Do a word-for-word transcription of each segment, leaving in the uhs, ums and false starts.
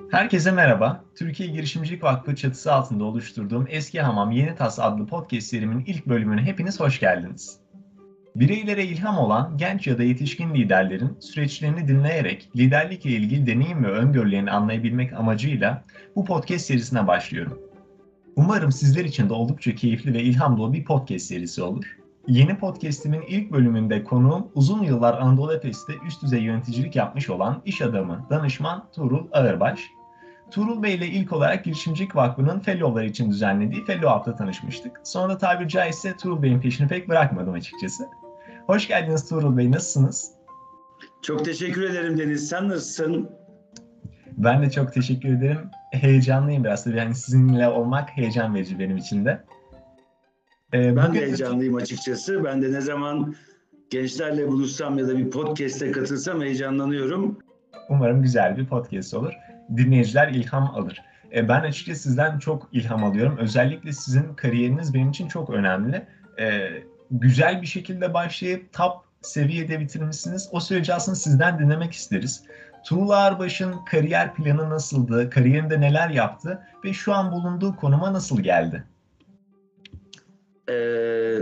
Herkese merhaba. Türkiye Girişimcilik Vakfı çatısı altında oluşturduğum Eski Hamam Yeni Tas adlı podcast serimin ilk bölümüne hepiniz hoş geldiniz. Bireylere ilham olan genç ya da yetişkin liderlerin süreçlerini dinleyerek liderlikle ilgili deneyim ve öngörülerini anlayabilmek amacıyla bu podcast serisine başlıyorum. Umarım sizler için de oldukça keyifli ve ilham dolu bir podcast serisi olur. Yeni podcastimin ilk bölümünde konuğum uzun yıllar Anadolu Efes'te üst düzey yöneticilik yapmış olan iş adamı, danışman Tuğrul Ağırbaş. Tuğrul Bey ile ilk olarak Girişimcilik Vakfı'nın Fellow'ları için düzenlediği Fellow Up'ta tanışmıştık. Sonra tabiri caizse Tuğrul Bey'in peşini pek bırakmadım açıkçası. Hoş geldiniz Tuğrul Bey, nasılsınız? Çok teşekkür ederim Deniz. Sen nasılsın? Ben de çok teşekkür ederim. Heyecanlıyım biraz tabii. Yani sizinle olmak heyecan verici benim için de. Ee, ben de heyecanlıyım açıkçası. Ben de ne zaman gençlerle buluşsam ya da bir podcast'e katılsam heyecanlanıyorum. Umarım güzel bir podcast olur. Dinleyiciler ilham alır. Ben açıkçası sizden çok ilham alıyorum. Özellikle sizin kariyeriniz benim için çok önemli. Güzel bir şekilde başlayıp top seviyede bitirmişsiniz. O süreci aslında sizden dinlemek isteriz. Tuğrul Ağırbaş'ın kariyer planı nasıldı? Kariyerinde neler yaptı? Ve şu an bulunduğu konuma nasıl geldi? Ee,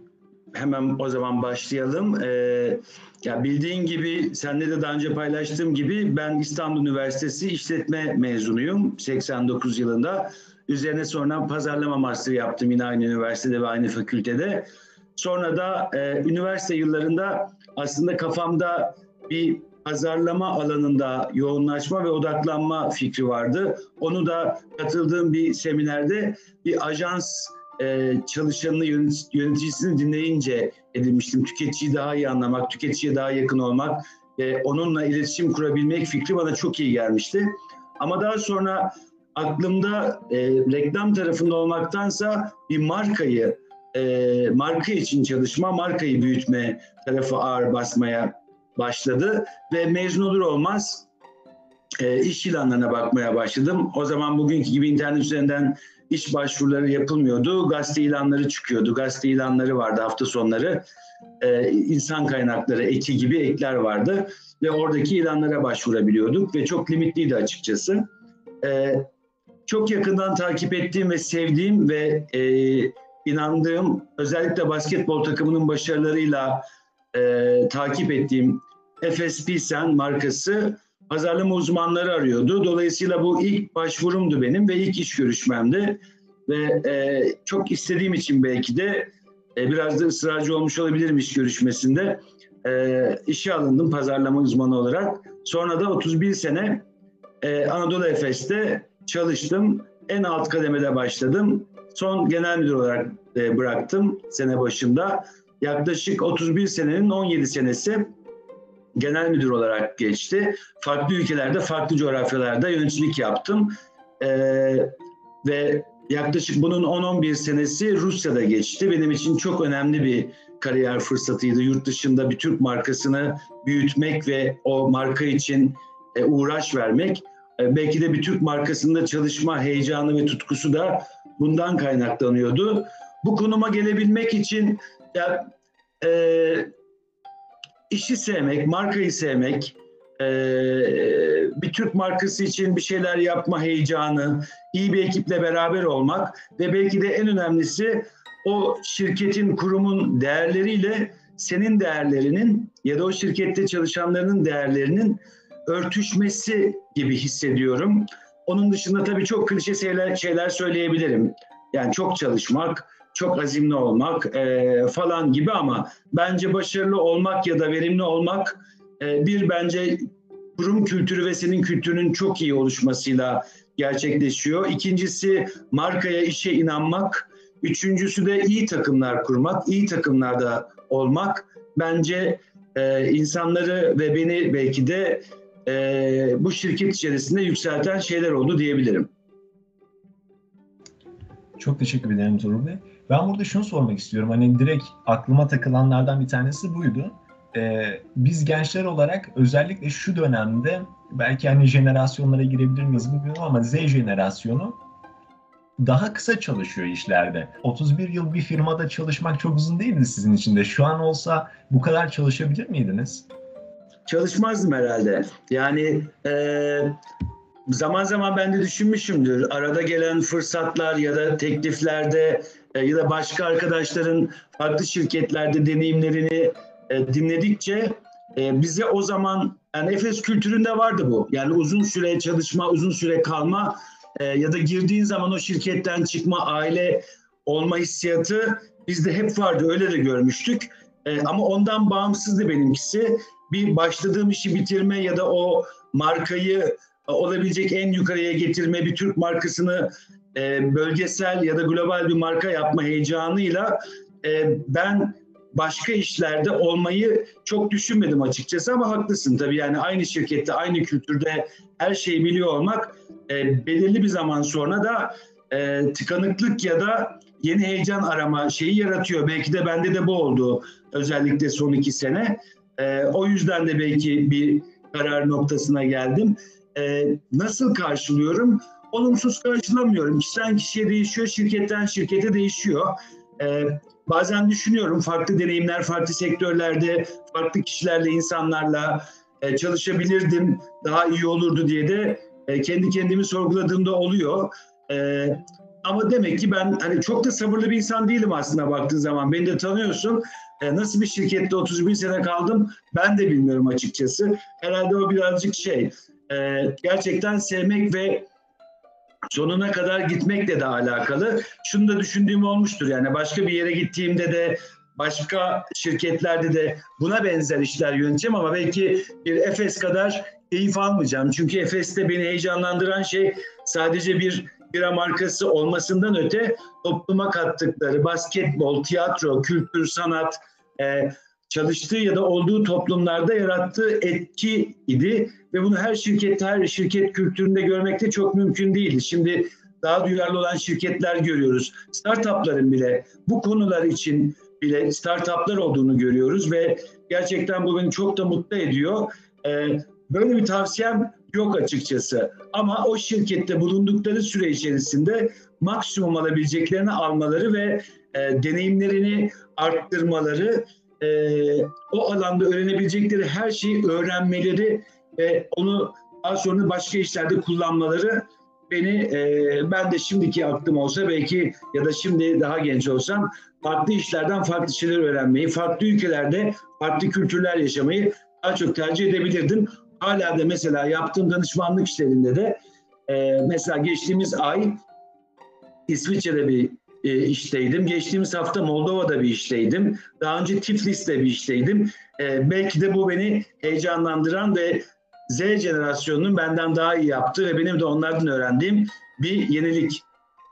hemen o zaman başlayalım. Ee, ya bildiğin gibi, seninle de daha önce paylaştığım gibi ben İstanbul Üniversitesi İşletme mezunuyum seksen dokuz yılında. Üzerine sonra pazarlama master yaptım yine aynı üniversitede ve aynı fakültede. Sonra da e, üniversite yıllarında aslında kafamda bir pazarlama alanında yoğunlaşma ve odaklanma fikri vardı. Onu da katıldığım bir seminerde bir ajans e, çalışanını, yöneticisini dinleyince edinmiştim. Tüketiciyi daha iyi anlamak, tüketiciye daha yakın olmak ve onunla iletişim kurabilmek fikri bana çok iyi gelmişti. Ama daha sonra aklımda e, reklam tarafında olmaktansa bir markayı, e, marka için çalışma, markayı büyütme tarafı ağır basmaya başladı ve mezun olur olmaz e, iş ilanlarına bakmaya başladım. O zaman bugünkü gibi internet üzerinden iş başvuruları yapılmıyordu. Gazete ilanları çıkıyordu. Gazete ilanları vardı hafta sonları. E, insan kaynakları eki gibi ekler vardı ve oradaki ilanlara başvurabiliyorduk ve çok limitliydi açıkçası. E, çok yakından takip ettiğim ve sevdiğim ve e, inandığım, özellikle basketbol takımının başarılarıyla e, takip ettiğim Efes Pilsen markası pazarlama uzmanları arıyordu. Dolayısıyla bu ilk başvurumdu benim ve ilk iş görüşmemdi. Ve e, çok istediğim için belki de e, biraz da ısrarcı olmuş olabilirim iş görüşmesinde. E, işe alındım pazarlama uzmanı olarak. Sonra da otuz bir sene e, Anadolu Efes'te çalıştım. En alt kademede başladım. Son genel müdür olarak e, bıraktım sene başında. Yaklaşık otuz bir senenin on yedi senesi genel müdür olarak geçti. Farklı ülkelerde, farklı coğrafyalarda yöneticilik yaptım. Ee, ve yaklaşık bunun on on bir senesi Rusya'da geçti. Benim için çok önemli bir kariyer fırsatıydı. Yurt dışında bir Türk markasını büyütmek ve o marka için e, uğraş vermek. E, belki de bir Türk markasında çalışma heyecanı ve tutkusu da bundan kaynaklanıyordu. Bu konuma gelebilmek için ya, e, İşi sevmek, markayı sevmek, bir Türk markası için bir şeyler yapma heyecanı, iyi bir ekiple beraber olmak ve belki de en önemlisi o şirketin, kurumun değerleriyle senin değerlerinin ya da o şirkette çalışanların değerlerinin örtüşmesi gibi hissediyorum. Onun dışında tabii çok klişe şeyler, şeyler söyleyebilirim. Yani çok çalışmak, çok azimli olmak e, falan gibi ama bence başarılı olmak ya da verimli olmak e, bir bence kurum kültürü ve senin kültürünün çok iyi oluşmasıyla gerçekleşiyor. İkincisi markaya, işe inanmak. Üçüncüsü de iyi takımlar kurmak, iyi takımlarda olmak. Bence e, insanları ve beni belki de e, bu şirket içerisinde yükselten şeyler oldu diyebilirim. Çok teşekkür ederim Tuğrul Bey. Ben burada şunu sormak istiyorum. Hani direkt aklıma takılanlardan bir tanesi buydu. Ee, biz gençler olarak özellikle şu dönemde belki hani jenerasyonlara girebilir miyiz bilmiyorum ama Z jenerasyonu daha kısa çalışıyor işlerde. otuz bir yıl bir firmada çalışmak çok uzun değil mi sizin için de? Şu an olsa bu kadar çalışabilir miydiniz? Çalışmazdım herhalde. Yani e, zaman zaman ben de düşünmüşümdür. Arada gelen fırsatlar ya da tekliflerde e, ya da başka arkadaşların farklı şirketlerde deneyimlerini e, dinledikçe e, bize o zaman, yani Efes kültüründe vardı bu. Yani uzun süre çalışma, uzun süre kalma e, ya da girdiğin zaman o şirketten çıkma, aile olma hissiyatı bizde hep vardı. Öyle de görmüştük. E, ama ondan bağımsızdı benimkisi. Bir başladığım işi bitirme ya da o markayı olabilecek en yukarıya getirme, bir Türk markasını e, bölgesel ya da global bir marka yapma heyecanıyla e, ben başka işlerde olmayı çok düşünmedim açıkçası, ama haklısın tabii, yani aynı şirkette, aynı kültürde her şeyi biliyor olmak e, belirli bir zaman sonra da e, tıkanıklık ya da yeni heyecan arama şeyi yaratıyor. Belki de bende de bu oldu, özellikle son iki sene. E, o yüzden de belki bir karar noktasına geldim. E, nasıl karşılıyorum? Olumsuz karşılamıyorum. Kişiden kişiye değişiyor, şirketten şirkete değişiyor. E, bazen düşünüyorum, farklı deneyimler, farklı sektörlerde, farklı kişilerle, insanlarla e, çalışabilirdim, daha iyi olurdu diye de e, kendi kendimi sorguladığımda oluyor. E, ama demek ki ben hani çok da sabırlı bir insan değilim aslında baktığın zaman. Beni de tanıyorsun. E, nasıl bir şirkette otuz bir sene kaldım ben de bilmiyorum açıkçası. Herhalde o birazcık şey, e, gerçekten sevmek ve sonuna kadar gitmekle de alakalı. Şunu da düşündüğüm olmuştur, yani başka bir yere gittiğimde de, başka şirketlerde de buna benzer işler yöneteceğim, ama belki bir Efes kadar keyif almayacağım. Çünkü Efes'te beni heyecanlandıran şey sadece bir bira markası olmasından öte topluma kattıkları basketbol, tiyatro, kültür, sanat, e, çalıştığı ya da olduğu toplumlarda yarattığı etki idi ve bunu her şirkette, her şirket kültüründe görmek de çok mümkün değildi. Şimdi daha duyarlı olan şirketler görüyoruz. Startupların bile bu konular için bile startuplar olduğunu görüyoruz ve gerçekten bu beni çok da mutlu ediyor. Ee, böyle bir tavsiyem yok açıkçası. Ama o şirkette bulundukları süre içerisinde maksimum alabileceklerini almaları ve e, deneyimlerini arttırmaları, e, o alanda öğrenebilecekleri her şeyi öğrenmeleri ve onu daha sonra başka işlerde kullanmaları beni, e, ben de şimdiki aklım olsa belki, ya da şimdi daha genç olsam, farklı işlerden farklı şeyler öğrenmeyi, farklı ülkelerde farklı kültürler yaşamayı daha çok tercih edebilirdim. Hala da mesela yaptığım danışmanlık işlerinde de e, mesela geçtiğimiz ay İsviçre'de bir e, işteydim. Geçtiğimiz hafta Moldova'da bir işteydim. Daha önce Tiflis'te bir işteydim. E, belki de bu beni heyecanlandıran ve Z jenerasyonunun benden daha iyi yaptığı ve benim de onlardan öğrendiğim bir yenilik.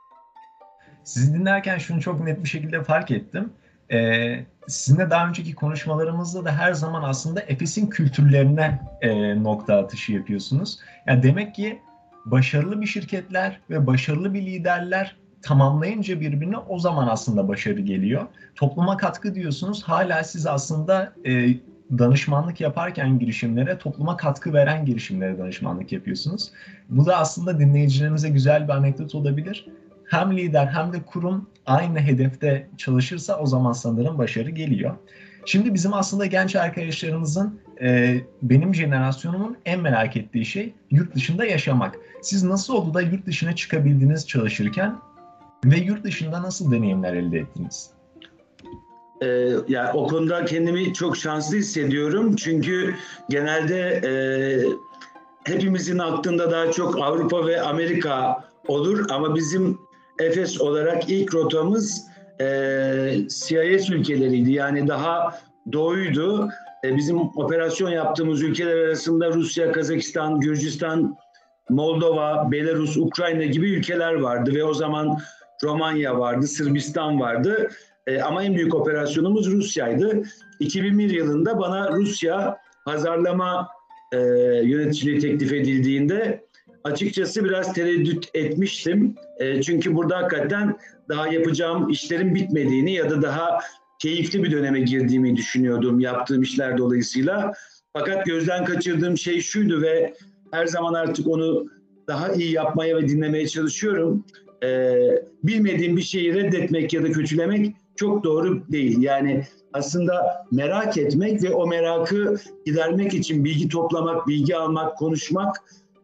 Sizi dinlerken şunu çok net bir şekilde fark ettim. Ee, sizinle daha önceki konuşmalarımızda da her zaman aslında Efes'in kültürlerine e, nokta atışı yapıyorsunuz. Yani demek ki başarılı bir şirketler ve başarılı bir liderler tamamlayınca birbirini, o zaman aslında başarı geliyor. Topluma katkı diyorsunuz. Hala siz aslında e, danışmanlık yaparken girişimlere, topluma katkı veren girişimlere danışmanlık yapıyorsunuz. Bu da aslında dinleyicilerimize güzel bir anekdot olabilir. Hem lider hem de kurum aynı hedefte çalışırsa o zaman sanırım başarı geliyor. Şimdi bizim aslında genç arkadaşlarımızın, e, benim jenerasyonumun en merak ettiği şey yurt dışında yaşamak. Siz nasıl oldu da yurt dışına çıkabildiniz çalışırken ve yurt dışında nasıl deneyimler elde ettiniz? Ee, yani o konuda kendimi çok şanslı hissediyorum. Çünkü genelde e, hepimizin aklında daha çok Avrupa ve Amerika olur, ama bizim Efes olarak ilk rotamız e, C I S ülkeleriydi. Yani daha doğuydu. E, bizim operasyon yaptığımız ülkeler arasında Rusya, Kazakistan, Gürcistan, Moldova, Belarus, Ukrayna gibi ülkeler vardı ve o zaman Romanya vardı, Sırbistan vardı. E, ama en büyük operasyonumuz Rusya'ydı. iki bin bir yılında bana Rusya pazarlama e, yöneticiliği teklif edildiğinde açıkçası biraz tereddüt etmiştim. E, çünkü burada hakikaten daha yapacağım işlerin bitmediğini ya da daha keyifli bir döneme girdiğimi düşünüyordum yaptığım işler dolayısıyla. Fakat gözden kaçırdığım şey şuydu ve her zaman artık onu daha iyi yapmaya ve dinlemeye çalışıyorum. E, bilmediğim bir şeyi reddetmek ya da kötülemek çok doğru değil. Yani aslında merak etmek ve o merakı gidermek için bilgi toplamak, bilgi almak, konuşmak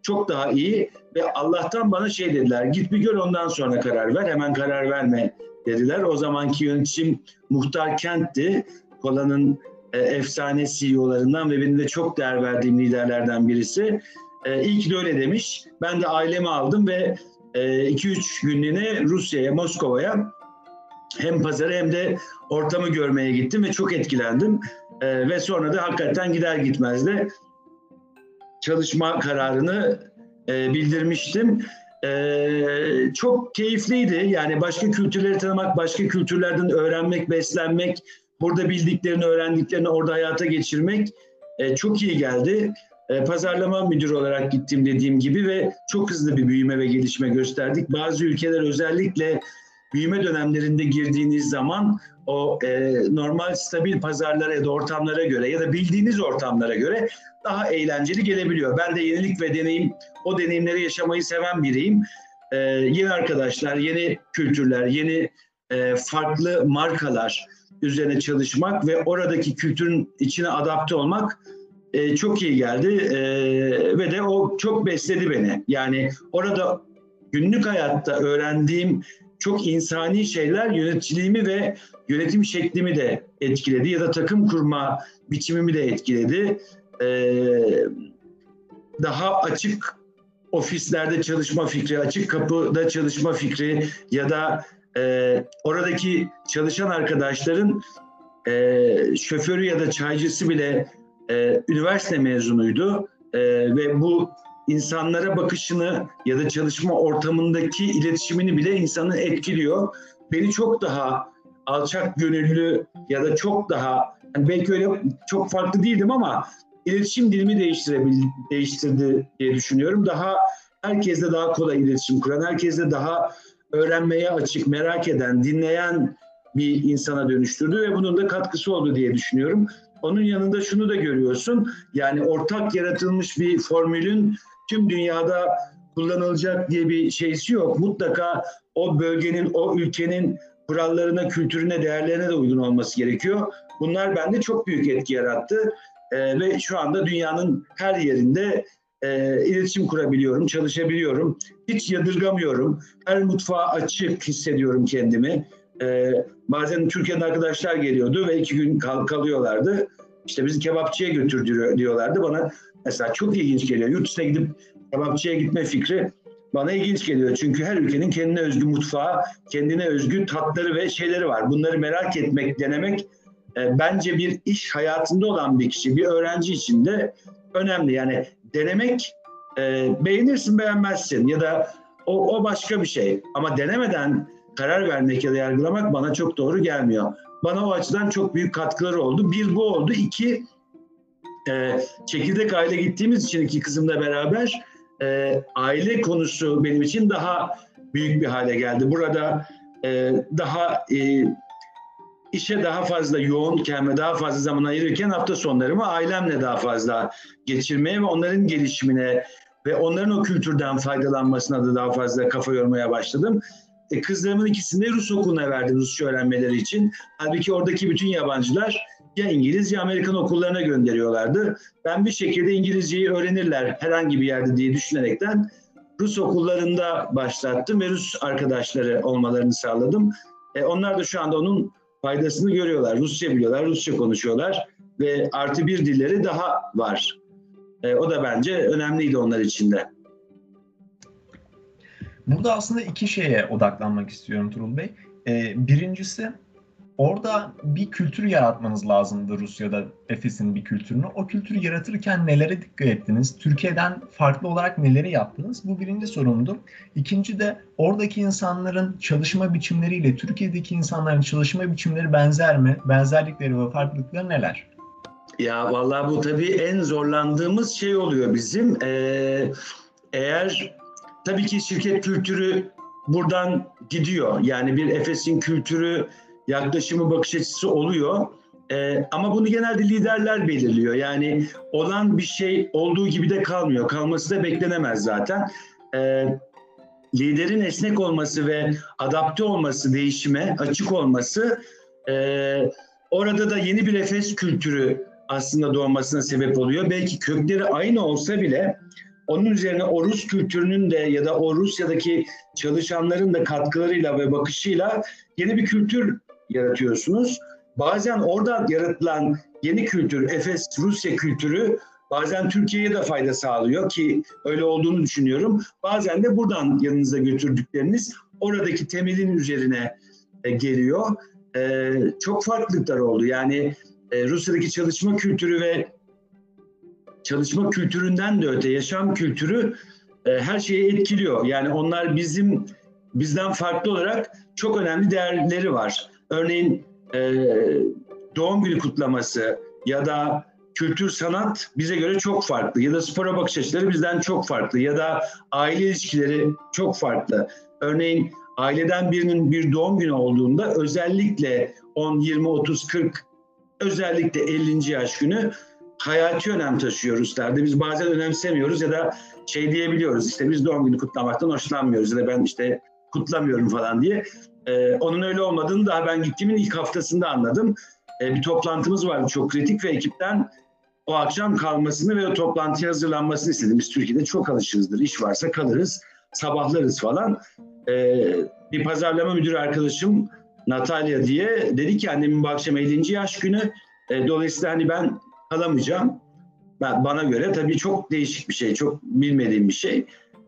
çok daha iyi ve Allah'tan bana şey dediler, git bir gör ondan sonra karar ver, hemen karar verme dediler. O zamanki yönetim Muhtar Kent'ti, Kola'nın e, efsane C E O'larından ve benim de çok değer verdiğim liderlerden birisi. E, iyi ki de öyle demiş. Ben de ailemi aldım ve iki üç günlüğüne Rusya'ya, Moskova'ya hem pazarı hem de ortamı görmeye gittim ve çok etkilendim. E, ve sonra da hakikaten gider gitmez de çalışma kararını e, bildirmiştim. E, çok keyifliydi. Yani başka kültürleri tanımak, başka kültürlerden öğrenmek, beslenmek, burada bildiklerini, öğrendiklerini orada hayata geçirmek e, çok iyi geldi. E, pazarlama müdürü olarak gittim dediğim gibi ve çok hızlı bir büyüme ve gelişme gösterdik. Bazı ülkeler özellikle büyüme dönemlerinde girdiğiniz zaman o e, normal stabil pazarlara ya da ortamlara göre ya da bildiğiniz ortamlara göre daha eğlenceli gelebiliyor. Ben de yenilik ve deneyim, o deneyimleri yaşamayı seven biriyim. E, yeni arkadaşlar, yeni kültürler, yeni e, farklı markalar üzerine çalışmak ve oradaki kültürün içine adapte olmak e, çok iyi geldi e, ve de o çok besledi beni. Yani orada günlük hayatta öğrendiğim çok insani şeyler yöneticiliğimi ve yönetim şeklimi de etkiledi ya da takım kurma biçimimi de etkiledi. Ee, daha açık ofislerde çalışma fikri, açık kapıda çalışma fikri ya da e, oradaki çalışan arkadaşların e, şoförü ya da çaycısı bile e, üniversite mezunuydu e, ve bu insanlara bakışını ya da çalışma ortamındaki iletişimini bile insanı etkiliyor. Beni çok daha alçak gönüllü ya da çok daha, yani belki öyle çok farklı değildim ama iletişim dilimi değiştirebildi, değiştirdi diye düşünüyorum. Daha herkesle daha kolay iletişim kuran, herkesle daha öğrenmeye açık, merak eden, dinleyen bir insana dönüştürdü ve bunun da katkısı oldu diye düşünüyorum. Onun yanında şunu da görüyorsun, yani ortak yaratılmış bir formülün tüm dünyada kullanılacak diye bir şeysi yok. Mutlaka o bölgenin, o ülkenin kurallarına, kültürüne, değerlerine de uygun olması gerekiyor. Bunlar bende çok büyük etki yarattı. Ee, ve şu anda dünyanın her yerinde e, iletişim kurabiliyorum, çalışabiliyorum. Hiç yadırgamıyorum. Her mutfağa açık hissediyorum kendimi. Ee, bazen Türkiye'den arkadaşlar geliyordu ve iki gün kal- kalıyorlardı. İşte bizi kebapçıya götür diyorlardı. Bana mesela çok ilginç geliyor. Yurt dışına gidip kebapçıya gitme fikri bana ilginç geliyor. Çünkü her ülkenin kendine özgü mutfağı, kendine özgü tatları ve şeyleri var. Bunları merak etmek, denemek e, bence bir iş hayatında olan bir kişi, bir öğrenci için de önemli. Yani denemek, e, beğenirsin beğenmezsin ya da o, o başka bir şey. Ama denemeden karar vermek ya da yargılamak bana çok doğru gelmiyor. Bana o açıdan çok büyük katkıları oldu. Bir bu oldu. İki, e, çekirdek aile gittiğimiz için iki kızımla beraber e, aile konusu benim için daha büyük bir hale geldi. Burada e, daha e, işe daha fazla yoğunken ve daha fazla zaman ayırırken hafta sonlarımı ailemle daha fazla geçirmeye ve onların gelişimine ve onların o kültürden faydalanmasına da daha fazla kafa yormaya başladım. E, kızlarımın ikisini de Rus okuluna verdim Rusça öğrenmeleri için. Halbuki oradaki bütün yabancılar ya İngiliz ya Amerikan okullarına gönderiyorlardı. Ben bir şekilde İngilizceyi öğrenirler herhangi bir yerde diye düşünerekten Rus okullarında başlattım ve Rus arkadaşları olmalarını sağladım. E, onlar da şu anda onun faydasını görüyorlar. Rusça biliyorlar, Rusça konuşuyorlar ve artı bir dilleri daha var. E, o da bence önemliydi onlar için de. Burada aslında iki şeye odaklanmak istiyorum Tuğrul Bey. Ee, birincisi, orada bir kültür yaratmanız lazımdı Rusya'da, Efes'in bir kültürünü. O kültürü yaratırken nelere dikkat ettiniz? Türkiye'den farklı olarak neleri yaptınız? Bu birinci sorumdu. İkinci de oradaki insanların çalışma biçimleriyle Türkiye'deki insanların çalışma biçimleri benzer mi? Benzerlikleri ve farklılıkları neler? Ya vallahi bu tabii en zorlandığımız şey oluyor bizim. Ee, eğer tabii ki şirket kültürü buradan gidiyor. Yani bir Efes'in kültürü, yaklaşımı, bakış açısı oluyor. Ee, ama bunu genelde liderler belirliyor. Yani olan bir şey olduğu gibi de kalmıyor. Kalması da beklenemez zaten. Ee, liderin esnek olması ve adapte olması, değişime açık olması, e, orada da yeni bir Efes kültürü aslında doğmasına sebep oluyor. Belki kökleri aynı olsa bile onun üzerine o Rus kültürünün de ya da o Rusya'daki çalışanların da katkılarıyla ve bakışıyla yeni bir kültür yaratıyorsunuz. Bazen oradan yaratılan yeni kültür, Efes Rusya kültürü bazen Türkiye'ye de fayda sağlıyor ki öyle olduğunu düşünüyorum. Bazen de buradan yanınıza götürdükleriniz oradaki temelin üzerine e, geliyor. E, çok farklılıklar oldu. Yani e, Rusya'daki çalışma kültürü ve çalışma kültüründen de öte yaşam kültürü e, her şeyi etkiliyor. Yani onlar bizim bizden farklı olarak çok önemli değerleri var. Örneğin e, doğum günü kutlaması ya da kültür sanat bize göre çok farklı ya da spora bakış açıları bizden çok farklı ya da aile ilişkileri çok farklı. Örneğin aileden birinin bir doğum günü olduğunda özellikle on, yirmi, otuz, kırk özellikle ellinci yaş günü hayati önem taşıyor Ruslar'da. Biz bazen önemsemiyoruz ya da şey diyebiliyoruz işte biz doğum günü kutlamaktan hoşlanmıyoruz ya da ben işte kutlamıyorum falan diye. Ee, onun öyle olmadığını daha ben gittiğimin ilk haftasında anladım. Ee, bir toplantımız vardı çok kritik ve ekipten o akşam kalmasını ve o toplantıya hazırlanmasını istedim. Biz Türkiye'de çok alışırızdır. İş varsa kalırız, sabahlarız falan. Ee, bir pazarlama müdürü arkadaşım Natalya diye dedi ki annemin bu akşam ellinci yaş günü. E, dolayısıyla hani ben kalamayacağım. Ben, bana göre tabii çok değişik bir şey, çok bilmediğim bir şey.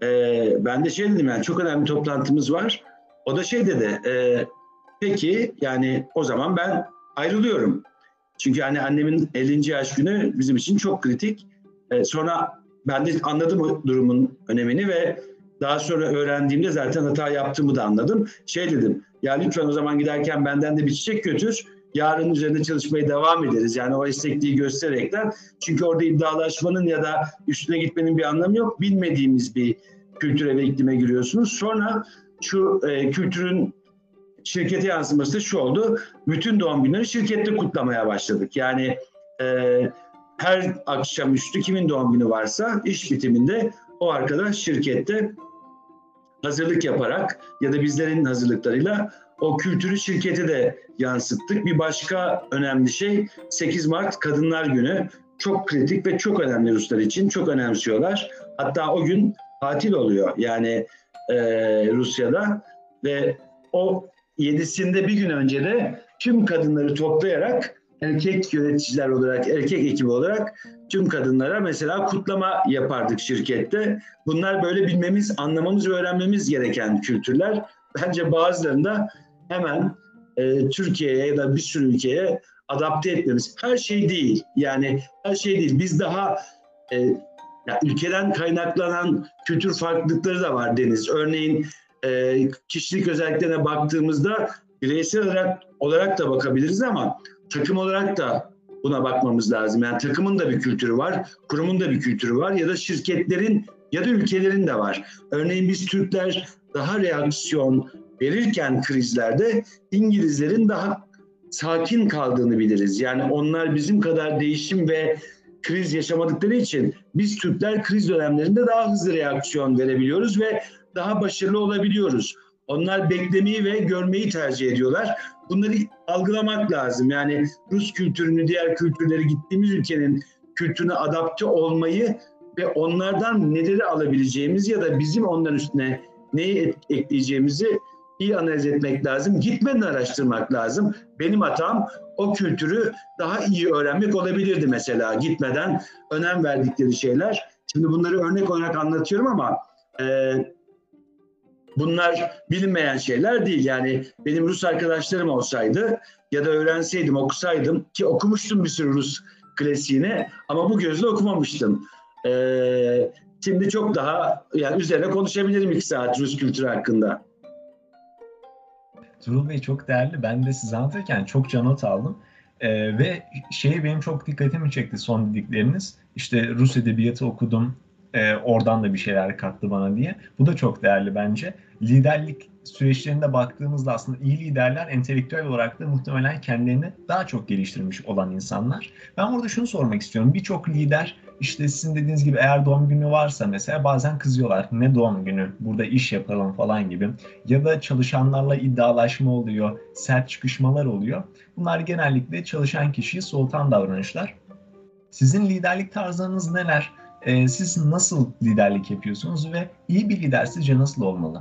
E, ben de şey dedim yani çok önemli bir toplantımız var. O da şey dedi, e, peki yani o zaman ben ayrılıyorum. Çünkü hani annemin ellinci yaş günü bizim için çok kritik. E, sonra ben de anladım o durumun önemini ve daha sonra öğrendiğimde zaten hata yaptığımı da anladım. Şey dedim, ya lütfen o zaman giderken benden de bir çiçek götür. Yarın üzerinde çalışmaya devam ederiz. Yani o esnekliği göstererekten. Çünkü orada iddialaşmanın ya da üstüne gitmenin bir anlamı yok. Bilmediğimiz bir kültüre ve iklime giriyorsunuz. Sonra şu e, kültürün şirkete yansıması da şu oldu. Bütün doğum günleri şirkette kutlamaya başladık. Yani e, her akşamüstü kimin doğum günü varsa iş bitiminde o arkadaş şirkette hazırlık yaparak ya da bizlerin hazırlıklarıyla o kültürü şirkete de yansıttık. Bir başka önemli şey sekiz Mart Kadınlar Günü. Çok kritik ve çok önemli Ruslar için. Çok önemsiyorlar. Hatta o gün tatil oluyor yani e, Rusya'da ve o yedisinde bir gün önce de tüm kadınları toplayarak erkek yöneticiler olarak, erkek ekibi olarak tüm kadınlara mesela kutlama yapardık şirkette. Bunlar böyle bilmemiz, anlamamız ve öğrenmemiz gereken kültürler. Bence bazılarında hemen e, Türkiye'ye ya da bir sürü ülkeye adapte etmemiz. Her şey değil. Yani her şey değil. Biz daha e, ya ülkeden kaynaklanan kültür farklılıkları da var Deniz. Örneğin e, kişilik özelliklerine baktığımızda bireysel olarak, olarak da bakabiliriz ama takım olarak da buna bakmamız lazım. Yani takımın da bir kültürü var, kurumun da bir kültürü var ya da şirketlerin ya da ülkelerin de var. Örneğin biz Türkler daha reaksiyon verirken krizlerde İngilizlerin daha sakin kaldığını biliriz. Yani onlar bizim kadar değişim ve kriz yaşamadıkları için biz Türkler kriz dönemlerinde daha hızlı reaksiyon verebiliyoruz ve daha başarılı olabiliyoruz. Onlar beklemeyi ve görmeyi tercih ediyorlar. Bunları algılamak lazım. Yani Rus kültürünü, diğer kültürleri gittiğimiz ülkenin kültürüne adapte olmayı ve onlardan neleri alabileceğimiz ya da bizim onların üstüne neyi ekleyeceğimizi iyi analiz etmek lazım. Gitmeden araştırmak lazım. Benim hatam o kültürü daha iyi öğrenmek olabilirdi mesela gitmeden önem verdikleri şeyler. Şimdi bunları örnek olarak anlatıyorum ama e, bunlar bilinmeyen şeyler değil. Yani benim Rus arkadaşlarım olsaydı ya da öğrenseydim, okusaydım ki okumuştum bir sürü Rus klasiğini ama bu gözle okumamıştım. Ee, şimdi çok daha yani üzerine konuşabilirim iki saat Rus kültürü hakkında. Tuğrul Bey çok değerli. Ben de size anlatırken çokça not aldım. Ee, ve şey benim çok dikkatimi çekti son dedikleriniz. İşte Rus edebiyatı okudum. E, oradan da bir şeyler kattı bana diye. Bu da çok değerli bence. Liderlik süreçlerinde baktığımızda aslında iyi liderler entelektüel olarak da muhtemelen kendilerini daha çok geliştirmiş olan insanlar. Ben burada şunu sormak istiyorum. Birçok lider işte sizin dediğiniz gibi eğer doğum günü varsa mesela bazen kızıyorlar. Ne doğum günü? Burada iş yapalım falan gibi. Ya da çalışanlarla iddialaşma oluyor. Sert çıkışmalar oluyor. Bunlar genellikle çalışan kişiyi soğutan davranışlar. Sizin liderlik tarzlarınız neler? e, siz nasıl liderlik yapıyorsunuz ve iyi bir lider sizce nasıl olmalı?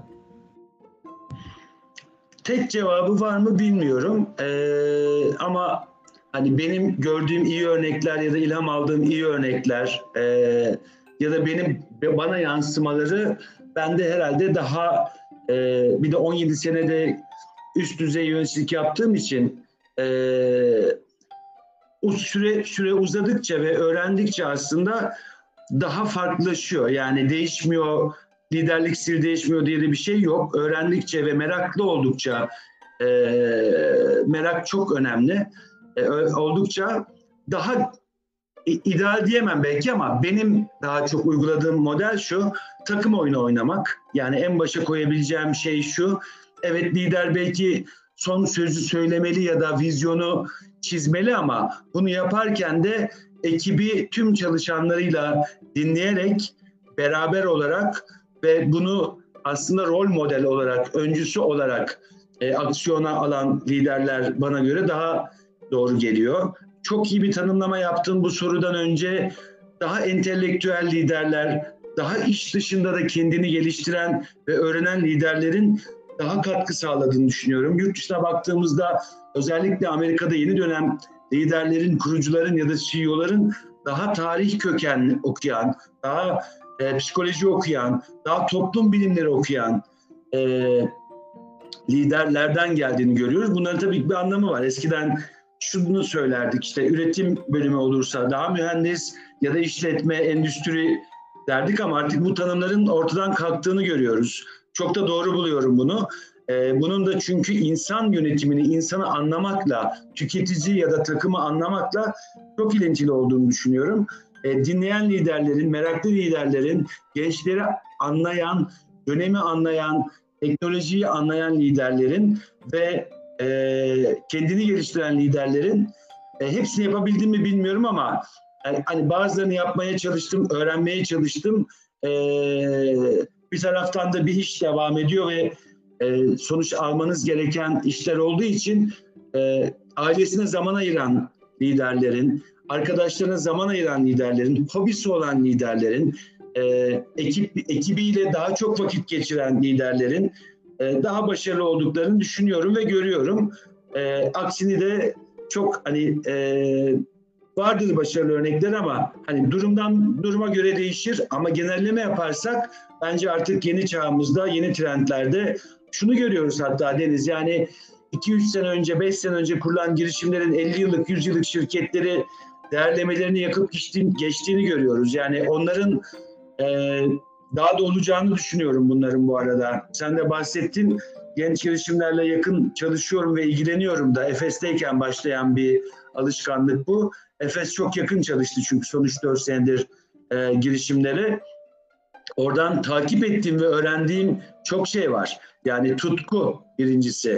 Tek cevabı var mı bilmiyorum. Ee, ama hani benim gördüğüm iyi örnekler ya da ilham aldığım iyi örnekler e, ya da benim bana yansımaları bende herhalde daha e, bir de on yedi senede üst düzey yöneticilik yaptığım için e, o süre süre uzadıkça ve öğrendikçe aslında daha farklılaşıyor. Yani değişmiyor, liderlik stili değişmiyor diye de bir şey yok. Öğrendikçe ve meraklı oldukça, e, merak çok önemli. E, oldukça daha ideal diyemem belki ama benim daha çok uyguladığım model şu: takım oyunu oynamak. Yani en başa koyabileceğim şey şu: evet, lider belki son sözü söylemeli ya da vizyonu çizmeli ama bunu yaparken de ekibi tüm çalışanlarıyla dinleyerek, beraber olarak ve bunu aslında rol model olarak, öncüsü olarak e, aksiyona alan liderler bana göre daha doğru geliyor. Çok iyi bir tanımlama yaptığım bu sorudan önce daha entelektüel liderler, daha iş dışında da kendini geliştiren ve öğrenen liderlerin daha katkı sağladığını düşünüyorum. Yurt dışına baktığımızda özellikle Amerika'da yeni dönem liderlerin, kurucuların ya da C E O'ların daha tarih kökenli okuyan, daha e, psikoloji okuyan, daha toplum bilimleri okuyan e, liderlerden geldiğini görüyoruz. Bunların tabii bir anlamı var. Eskiden şunu söylerdik, işte üretim bölümü olursa daha mühendis ya da işletme, endüstri derdik ama artık bu tanımların ortadan kalktığını görüyoruz. Çok da doğru buluyorum bunu. Ee, bunun da çünkü insan yönetimini, insanı anlamakla, tüketici ya da takımı anlamakla çok ilintili olduğunu düşünüyorum. Ee, dinleyen liderlerin, meraklı liderlerin, gençleri anlayan, dönemi anlayan, teknolojiyi anlayan liderlerin ve e, kendini geliştiren liderlerin e, hepsini yapabildim mi bilmiyorum ama yani, hani bazılarını yapmaya çalıştım, öğrenmeye çalıştım. E, bir taraftan da bir iş devam ediyor ve e, sonuç almanız gereken işler olduğu için e, ailesine zaman ayıran liderlerin, arkadaşlarına zaman ayıran liderlerin, hobisi olan liderlerin, e, ekip ekibiyle daha çok vakit geçiren liderlerin e, daha başarılı olduklarını düşünüyorum ve görüyorum. E, aksini de çok hani e, vardır başarılı örnekler ama hani durumdan duruma göre değişir ama genelleme yaparsak bence artık yeni çağımızda, yeni trendlerde şunu görüyoruz hatta Deniz, yani iki üç sene önce, beş sene önce kurulan girişimlerin elli yıllık, yüz yıllık şirketleri değerlemelerini yakıp geçtiğini, geçtiğini görüyoruz. Yani onların e, daha da olacağını düşünüyorum bunların bu arada. Sen de bahsettin, genç girişimlerle yakın çalışıyorum ve ilgileniyorum da. Efes'teyken başlayan bir alışkanlık bu. Efes çok yakın çalıştı çünkü son üç dört senedir e, girişimleri. Oradan takip ettiğim ve öğrendiğim çok şey var. Yani tutku birincisi.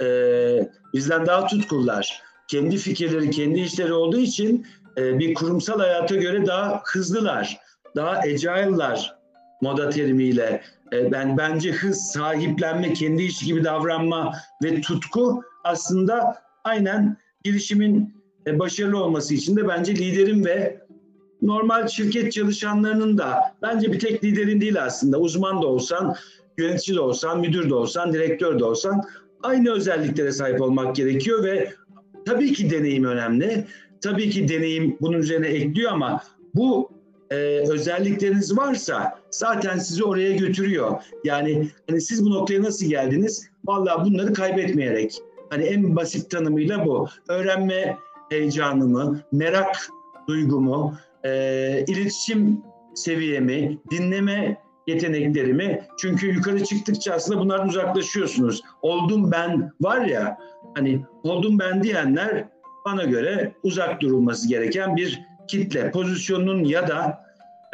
Ee, bizden daha tutkullar. Kendi fikirleri, kendi işleri olduğu için e, bir kurumsal hayata göre daha hızlılar. Daha agile'lar moda terimiyle. E, ben bence hız, sahiplenme, kendi işi gibi davranma ve tutku aslında aynen girişimin e, başarılı olması için de bence liderin ve normal şirket çalışanlarının da, bence bir tek liderin değil aslında, uzman da olsan, yönetici de olsan, müdür de olsan, direktör de olsan aynı özelliklere sahip olmak gerekiyor ve tabii ki deneyim önemli. Tabii ki deneyim bunun üzerine ekliyor ama bu e, özellikleriniz varsa zaten sizi oraya götürüyor. Yani hani siz bu noktaya nasıl geldiniz? Vallahi bunları kaybetmeyerek. Hani en basit tanımıyla bu. Öğrenme heyecanımı, merak duygumu, e, iletişim seviyemi, dinleme yeteneklerimi, çünkü yukarı çıktıkça aslında bunlardan uzaklaşıyorsunuz. Oldum ben var ya, hani oldum ben diyenler bana göre uzak durulması gereken bir kitle. Pozisyonun ya da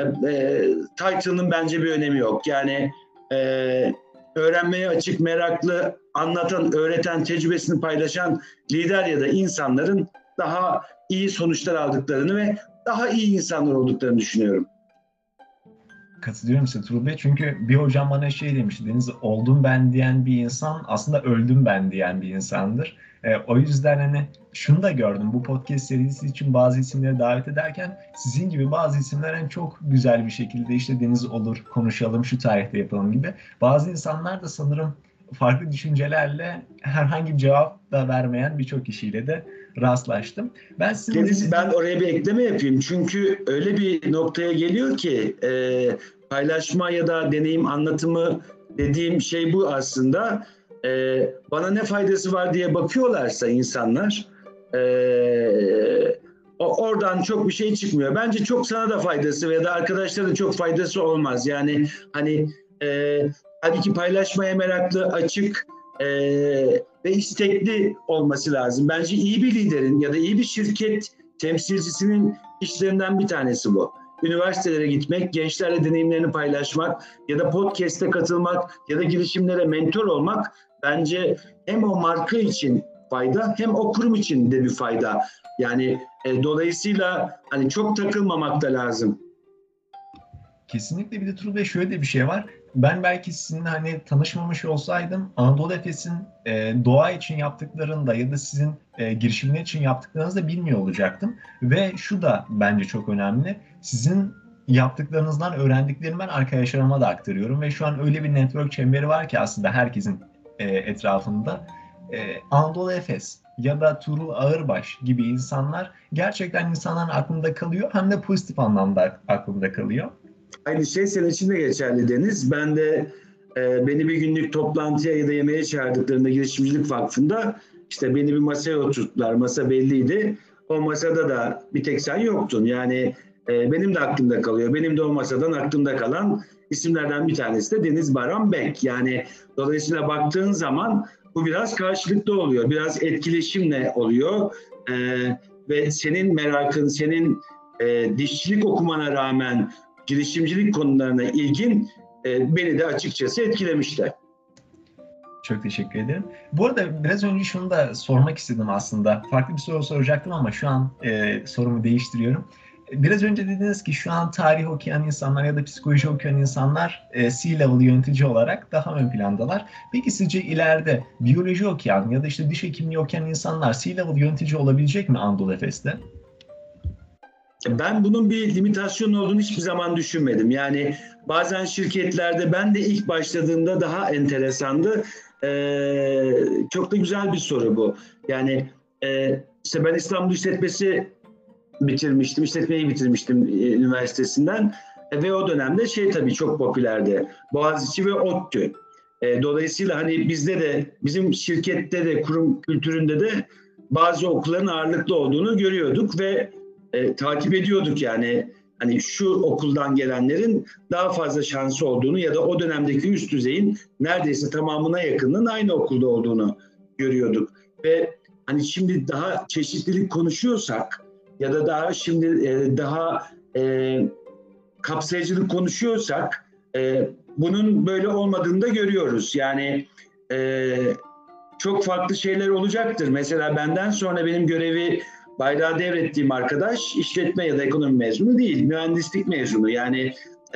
e, title'ın bence bir önemi yok. Yani e, öğrenmeye açık, meraklı, anlatan, öğreten, tecrübesini paylaşan lider ya da insanların daha iyi sonuçlar aldıklarını ve daha iyi insanlar olduklarını düşünüyorum. Katılıyorum size Tuğrul Bey. Çünkü bir hocam bana şey demişti. Deniz, oldum ben diyen bir insan aslında öldüm ben diyen bir insandır. E, o yüzden hani şunu da gördüm. Bu podcast serisi için bazı isimleri davet ederken sizin gibi bazı isimler hani çok güzel bir şekilde işte Deniz olur, konuşalım, şu tarihte yapalım gibi. Bazı insanlar da sanırım farklı düşüncelerle herhangi bir cevap da vermeyen birçok kişiyle de rastlaştım. Ben sizin Deniz, ben dediğiniz... oraya bir ekleme yapayım. Çünkü öyle bir noktaya geliyor ki e, paylaşma ya da deneyim anlatımı dediğim şey bu aslında. E, bana ne faydası var diye bakıyorlarsa insanlar, e, o, oradan çok bir şey çıkmıyor. Bence çok sana da faydası veya da arkadaşlara da çok faydası olmaz. Yani hani e, halbuki paylaşmaya meraklı, açık, e, ve istekli olması lazım. Bence iyi bir liderin ya da iyi bir şirket temsilcisinin işlerinden bir tanesi bu. Üniversitelere gitmek, gençlerle deneyimlerini paylaşmak ya da podcast'e katılmak ya da girişimlere mentor olmak bence hem o marka için fayda hem o kurum için de bir fayda. Yani e, dolayısıyla hani çok takılmamak da lazım. Kesinlikle. Bir de Tuğrul Bey, şöyle de bir şey var. Ben belki sizinle hani tanışmamış olsaydım Anadolu Efes'in e, doğa için yaptıklarını da ya da sizin e, girişimler için yaptıklarınızı da bilmiyor olacaktım. Ve şu da bence çok önemli. Sizin yaptıklarınızdan öğrendiklerimi ben arkadaşlarıma da aktarıyorum. Ve şu an öyle bir network çemberi var ki aslında herkesin e, etrafında. E, Anadolu Efes ya da Tuğrul Ağırbaş gibi insanlar gerçekten insanların aklında kalıyor. Hem de pozitif anlamda aklında kalıyor. Aynı şey senin için de geçerli Deniz. Ben de e, beni bir günlük toplantıya ya da yemeğe çağırdıklarında Girişimcilik Vakfı'nda işte beni bir masaya oturttular. Masa belliydi. O masada da bir tek sen yoktun. Yani e, benim de aklımda kalıyor. Benim de o masadan aklımda kalan isimlerden bir tanesi de Deniz Baran Bek. Yani dolayısıyla baktığın zaman bu biraz karşılıklı oluyor. Biraz etkileşimle oluyor. E, ve senin merakın, senin e, dişçilik okumana rağmen girişimcilik konularına ilgin e, beni de açıkçası etkilemişti. Çok teşekkür ederim. Bu arada biraz önce şunu da sormak istedim aslında. Farklı bir soru soracaktım ama şu an e, sorumu değiştiriyorum. Biraz önce dediniz ki şu an tarih okuyan insanlar ya da psikoloji okuyan insanlar e, C-level yönetici olarak daha ön plandalar. Peki sizce ileride biyoloji okuyan ya da işte diş hekimliği okuyan insanlar C-level yönetici olabilecek mi Anadolu Efes'te? Ben bunun bir limitasyon olduğunu hiçbir zaman düşünmedim. Yani bazen şirketlerde ben de ilk başladığımda daha enteresandı. Ee, çok da güzel bir soru bu. Yani e, işte ben İstanbul İşletmesi bitirmiştim, işletmeyi bitirmiştim e, üniversitesinden. E, ve o dönemde şey tabii çok popülerdi. Boğaziçi ve ODTÜ. E, dolayısıyla hani bizde de, bizim şirkette de, kurum kültüründe de bazı okulların ağırlıklı olduğunu görüyorduk ve e, takip ediyorduk yani. Hani şu okuldan gelenlerin daha fazla şansı olduğunu ya da o dönemdeki üst düzeyin neredeyse tamamına yakınının aynı okulda olduğunu görüyorduk. Ve hani şimdi daha çeşitlilik konuşuyorsak ya da daha şimdi e, daha e, kapsayıcılık konuşuyorsak e, bunun böyle olmadığını da görüyoruz. Yani e, çok farklı şeyler olacaktır. Mesela benden sonra benim görevi bayrağı devrettiğim arkadaş işletme ya da ekonomi mezunu değil, mühendislik mezunu. Yani e,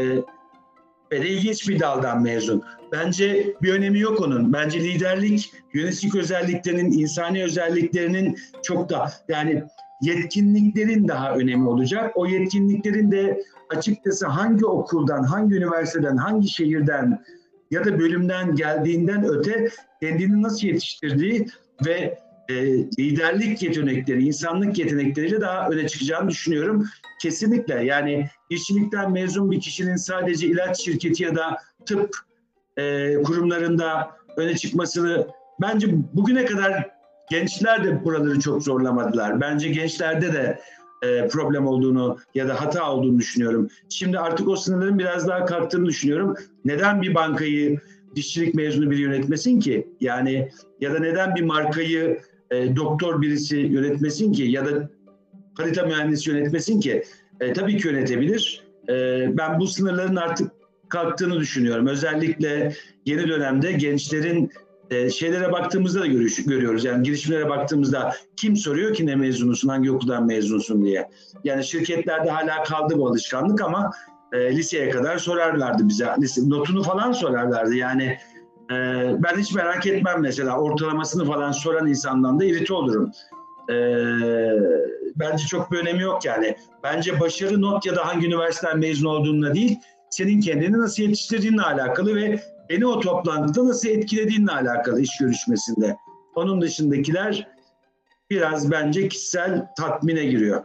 ve de ilginç bir daldan mezun. Bence bir önemi yok onun. Bence liderlik, yöneticilik özelliklerinin, insani özelliklerinin çok da yani yetkinliklerin daha önemli olacak. O yetkinliklerin de açıkçası hangi okuldan, hangi üniversiteden, hangi şehirden ya da bölümden geldiğinden öte kendini nasıl yetiştirdiği ve e, liderlik yetenekleri, insanlık yetenekleriyle daha öne çıkacağını düşünüyorum. Kesinlikle yani işçilikten mezun bir kişinin sadece ilaç şirketi ya da tıp e, kurumlarında öne çıkmasını bence bugüne kadar gençler de buraları çok zorlamadılar. Bence gençlerde de e, problem olduğunu ya da hata olduğunu düşünüyorum. Şimdi artık o sınırların biraz daha kalktığını düşünüyorum. Neden bir bankayı dişçilik mezunu biri yönetmesin ki? Yani ya da neden bir markayı e, doktor birisi yönetmesin ki? Ya da kalite mühendisi yönetmesin ki? E, tabii ki yönetebilir. E, ben bu sınırların artık kalktığını düşünüyorum. Özellikle yeni dönemde gençlerin e, şeylere baktığımızda da görüş, görüyoruz. Yani girişimlere baktığımızda kim soruyor ki ne mezunusun, hangi okuldan mezunsun diye. Yani şirketlerde hala kaldı bu alışkanlık ama e, liseye kadar sorarlardı bize. Lise, notunu falan sorarlardı. Yani e, ben hiç merak etmem mesela. Ortalamasını falan soran insandan da irite olurum. E, bence çok bir önemi yok yani. Bence başarı not ya da hangi üniversiteden mezun olduğunla değil, senin kendini nasıl yetiştirdiğinle alakalı ve beni o toplantıda nasıl etkilediğinle alakalı iş görüşmesinde. Onun dışındakiler biraz bence kişisel tatmine giriyor.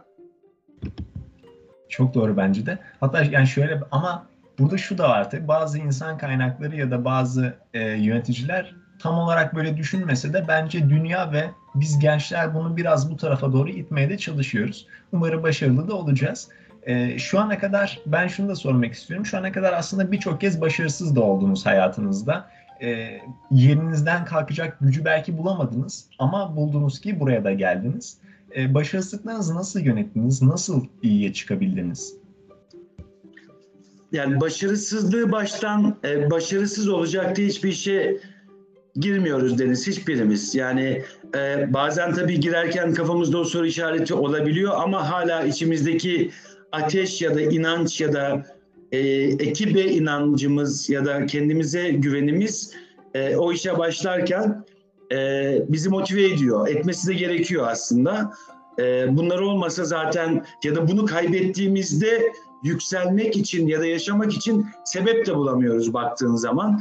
Çok doğru bence de. Hatta yani şöyle, ama burada şu da var tabii, bazı insan kaynakları ya da bazı e, yöneticiler tam olarak böyle düşünmese de bence dünya ve biz gençler bunu biraz bu tarafa doğru itmeye de çalışıyoruz. Umarım başarılı da olacağız. E, şu ana kadar ben şunu da sormak istiyorum. Şu ana kadar aslında birçok kez başarısız da oldunuz hayatınızda. E, Yerinizden kalkacak gücü belki bulamadınız ama buldunuz ki buraya da geldiniz. E, başarısızlıklarınızı nasıl yönettiniz? Nasıl iyiye çıkabildiniz? Yani başarısızlığı baştan e, başarısız olacak diye hiçbir işe girmiyoruz Deniz, hiçbirimiz. Yani e, bazen tabii girerken kafamızda o soru işareti olabiliyor ama hala içimizdeki ateş ya da inanç ya da e, ekibe inancımız ya da kendimize güvenimiz e, o işe başlarken e, bizi motive ediyor. Etmesi de gerekiyor aslında. E, bunlar olmasa zaten ya da bunu kaybettiğimizde yükselmek için ya da yaşamak için sebep de bulamıyoruz baktığın zaman.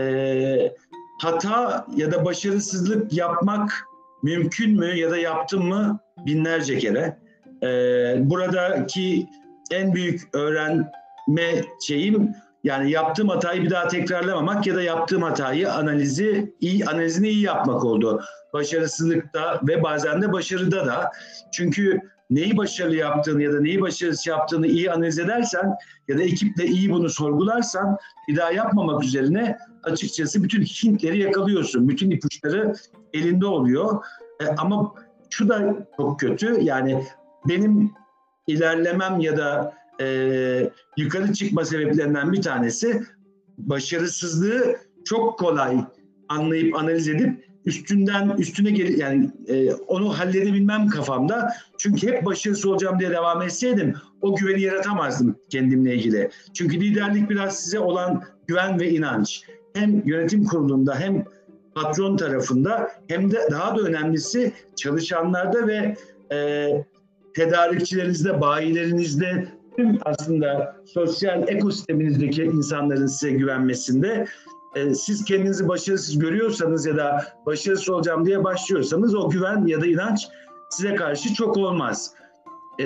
E, hata ya da başarısızlık yapmak mümkün mü ya da yaptım mı binlerce kere. E, buradaki en büyük öğrenme şeyim, yani yaptığım hatayı bir daha tekrarlamamak ya da yaptığım hatayı analizi iyi analizini iyi yapmak oldu. Başarısızlıkta ve bazen de başarıda da. Çünkü neyi başarılı yaptığını ya da neyi başarısız yaptığını iyi analiz edersen ya da ekiple iyi bunu sorgularsan bir daha yapmamak üzerine açıkçası bütün hintleri yakalıyorsun. Bütün ipuçları elinde oluyor. E, ama şu da çok kötü. Yani benim ilerlemem ya da e, yukarı çıkma sebeplerinden bir tanesi başarısızlığı çok kolay anlayıp analiz edip üstünden üstüne gel yani e, onu halledebilmem kafamda. Çünkü hep başarısız olacağım diye devam etseydim o güveni yaratamazdım kendimle ilgili. Çünkü liderlik biraz size olan güven ve inanç. Hem yönetim kurulunda hem patron tarafında hem de daha da önemlisi çalışanlarda ve e, tedarikçilerinizde, bayilerinizde, tüm aslında sosyal ekosisteminizdeki insanların size güvenmesinde. E, siz kendinizi başarısız görüyorsanız ya da başarısız olacağım diye başlıyorsanız o güven ya da inanç size karşı çok olmaz. E,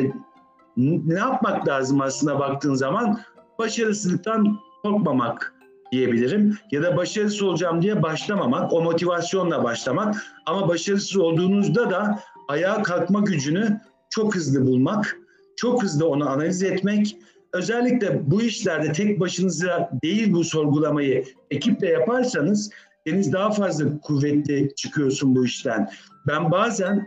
ne yapmak lazım aslında baktığın zaman? Başarısızlıktan korkmamak diyebilirim. Ya da başarısız olacağım diye başlamamak, o motivasyonla başlamak. Ama başarısız olduğunuzda da ayağa kalkma gücünü çok hızlı bulmak, çok hızlı onu analiz etmek. Özellikle bu işlerde tek başınıza değil bu sorgulamayı ekiple yaparsanız Deniz daha fazla kuvvetli çıkıyorsun bu işten. Ben bazen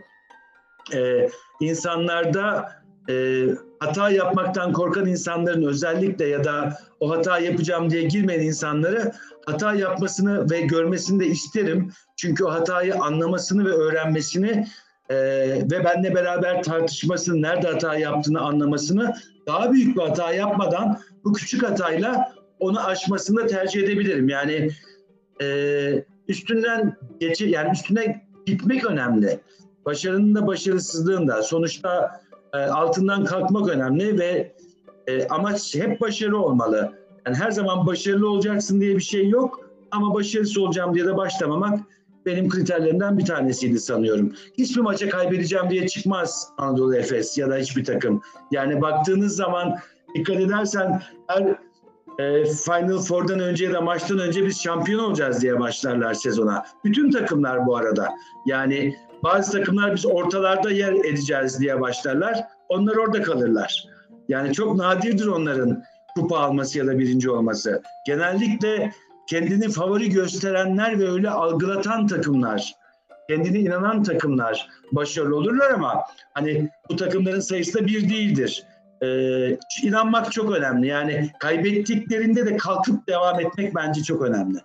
e, insanlarda e, hata yapmaktan korkan insanların özellikle ya da o hata yapacağım diye girmeyen insanları hata yapmasını ve görmesini de isterim. Çünkü o hatayı anlamasını ve öğrenmesini e, ve benimle beraber tartışmasını, nerede hata yaptığını anlamasını, daha büyük bir hata yapmadan bu küçük hatayla onu aşmasını da tercih edebilirim. Yani e, üstünden geçe, yani üstüne gitmek önemli. Başarının da başarısızlığın da sonuçta e, altından kalkmak önemli ve e, amaç hep başarı olmalı. Yani her zaman başarılı olacaksın diye bir şey yok ama başarısız olacağım diye de başlamamak benim kriterlerimden bir tanesiydi sanıyorum. Hiçbir maça kaybedeceğim diye çıkmaz Anadolu Efes ya da hiçbir takım. Yani baktığınız zaman dikkat edersen her e, Final Four'dan önce ya da maçtan önce biz şampiyon olacağız diye başlarlar sezona. Bütün takımlar bu arada. Yani bazı takımlar biz ortalarda yer edeceğiz diye başlarlar. Onlar orada kalırlar. Yani çok nadirdir onların kupa alması ya da birinci olması. Genellikle kendini favori gösterenler ve öyle algılatan takımlar, kendine inanan takımlar başarılı olurlar ama hani bu takımların sayısı da bir değildir. Ee, inanmak çok önemli. Yani kaybettiklerinde de kalkıp devam etmek bence çok önemli.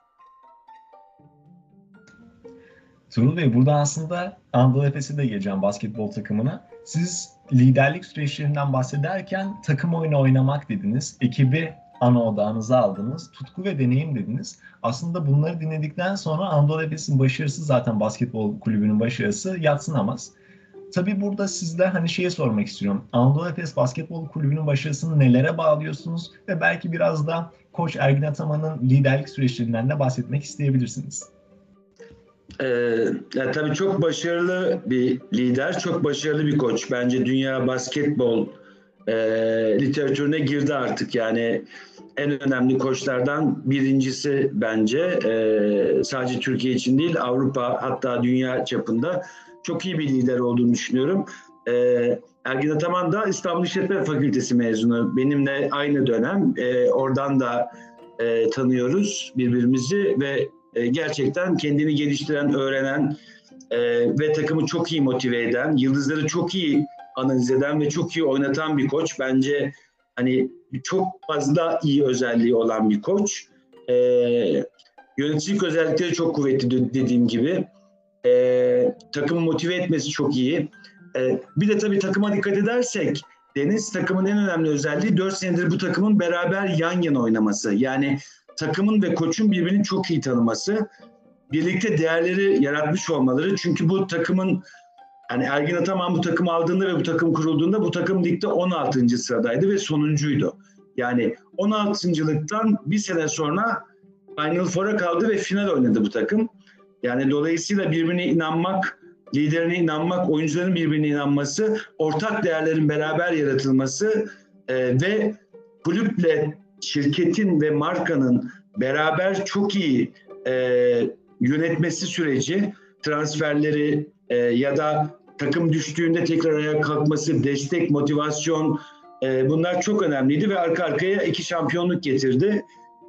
Tuğrul Bey, burada aslında Anadolu Efes'e de geleceğim, basketbol takımına. Siz liderlik süreçlerinden bahsederken takım oyunu oynamak dediniz, ekibi ana odağınıza aldınız, tutku ve deneyim dediniz. Aslında bunları dinledikten sonra Anadolu Efes'in başarısı, zaten basketbol kulübünün başarısı yadsınamaz. Tabii burada sizde hani şeye sormak istiyorum. Anadolu Efes Basketbol Kulübü'nün başarısını nelere bağlıyorsunuz? Ve belki biraz da Koç Ergin Ataman'ın liderlik süreçlerinden de bahsetmek isteyebilirsiniz. Ee, ya tabii çok başarılı bir lider, çok başarılı bir koç. Bence dünya basketbol e, literatürüne girdi artık. Yani en önemli koçlardan birincisi bence. E, sadece Türkiye için değil, Avrupa hatta dünya çapında çok iyi bir lider olduğunu düşünüyorum. E, Ergin Ataman da İstanbul İşletme Fakültesi mezunu. Benimle aynı dönem. E, oradan da e, tanıyoruz birbirimizi ve e, gerçekten kendini geliştiren, öğrenen e, ve takımı çok iyi motive eden, yıldızları çok iyi analiz eden ve çok iyi oynatan bir koç. Bence hani çok fazla iyi özelliği olan bir koç. E, yöneticilik özellikleri çok kuvvetli dediğim gibi. E, takımı motive etmesi çok iyi. E, bir de tabii takıma dikkat edersek, Deniz, takımın en önemli özelliği dört senedir bu takımın beraber yan yana oynaması. Yani takımın ve koçun birbirini çok iyi tanıması, birlikte değerleri yaratmış olmaları. Çünkü bu takımın, yani Ergin Ataman bu takım aldığında ve bu takım kurulduğunda bu takım ligde on altıncı sıradaydı ve sonuncuydu. Yani on altıncılıktan bir sene sonra Final Four'a kaldı ve final oynadı bu takım. Yani dolayısıyla birbirine inanmak, liderine inanmak, oyuncuların birbirine inanması, ortak değerlerin beraber yaratılması e, ve kulüple şirketin ve markanın beraber çok iyi e, yönetmesi süreci, transferleri e, ya da takım düştüğünde tekrar ayağa kalkması, destek, motivasyon, e, bunlar çok önemliydi ve arka arkaya iki şampiyonluk getirdi.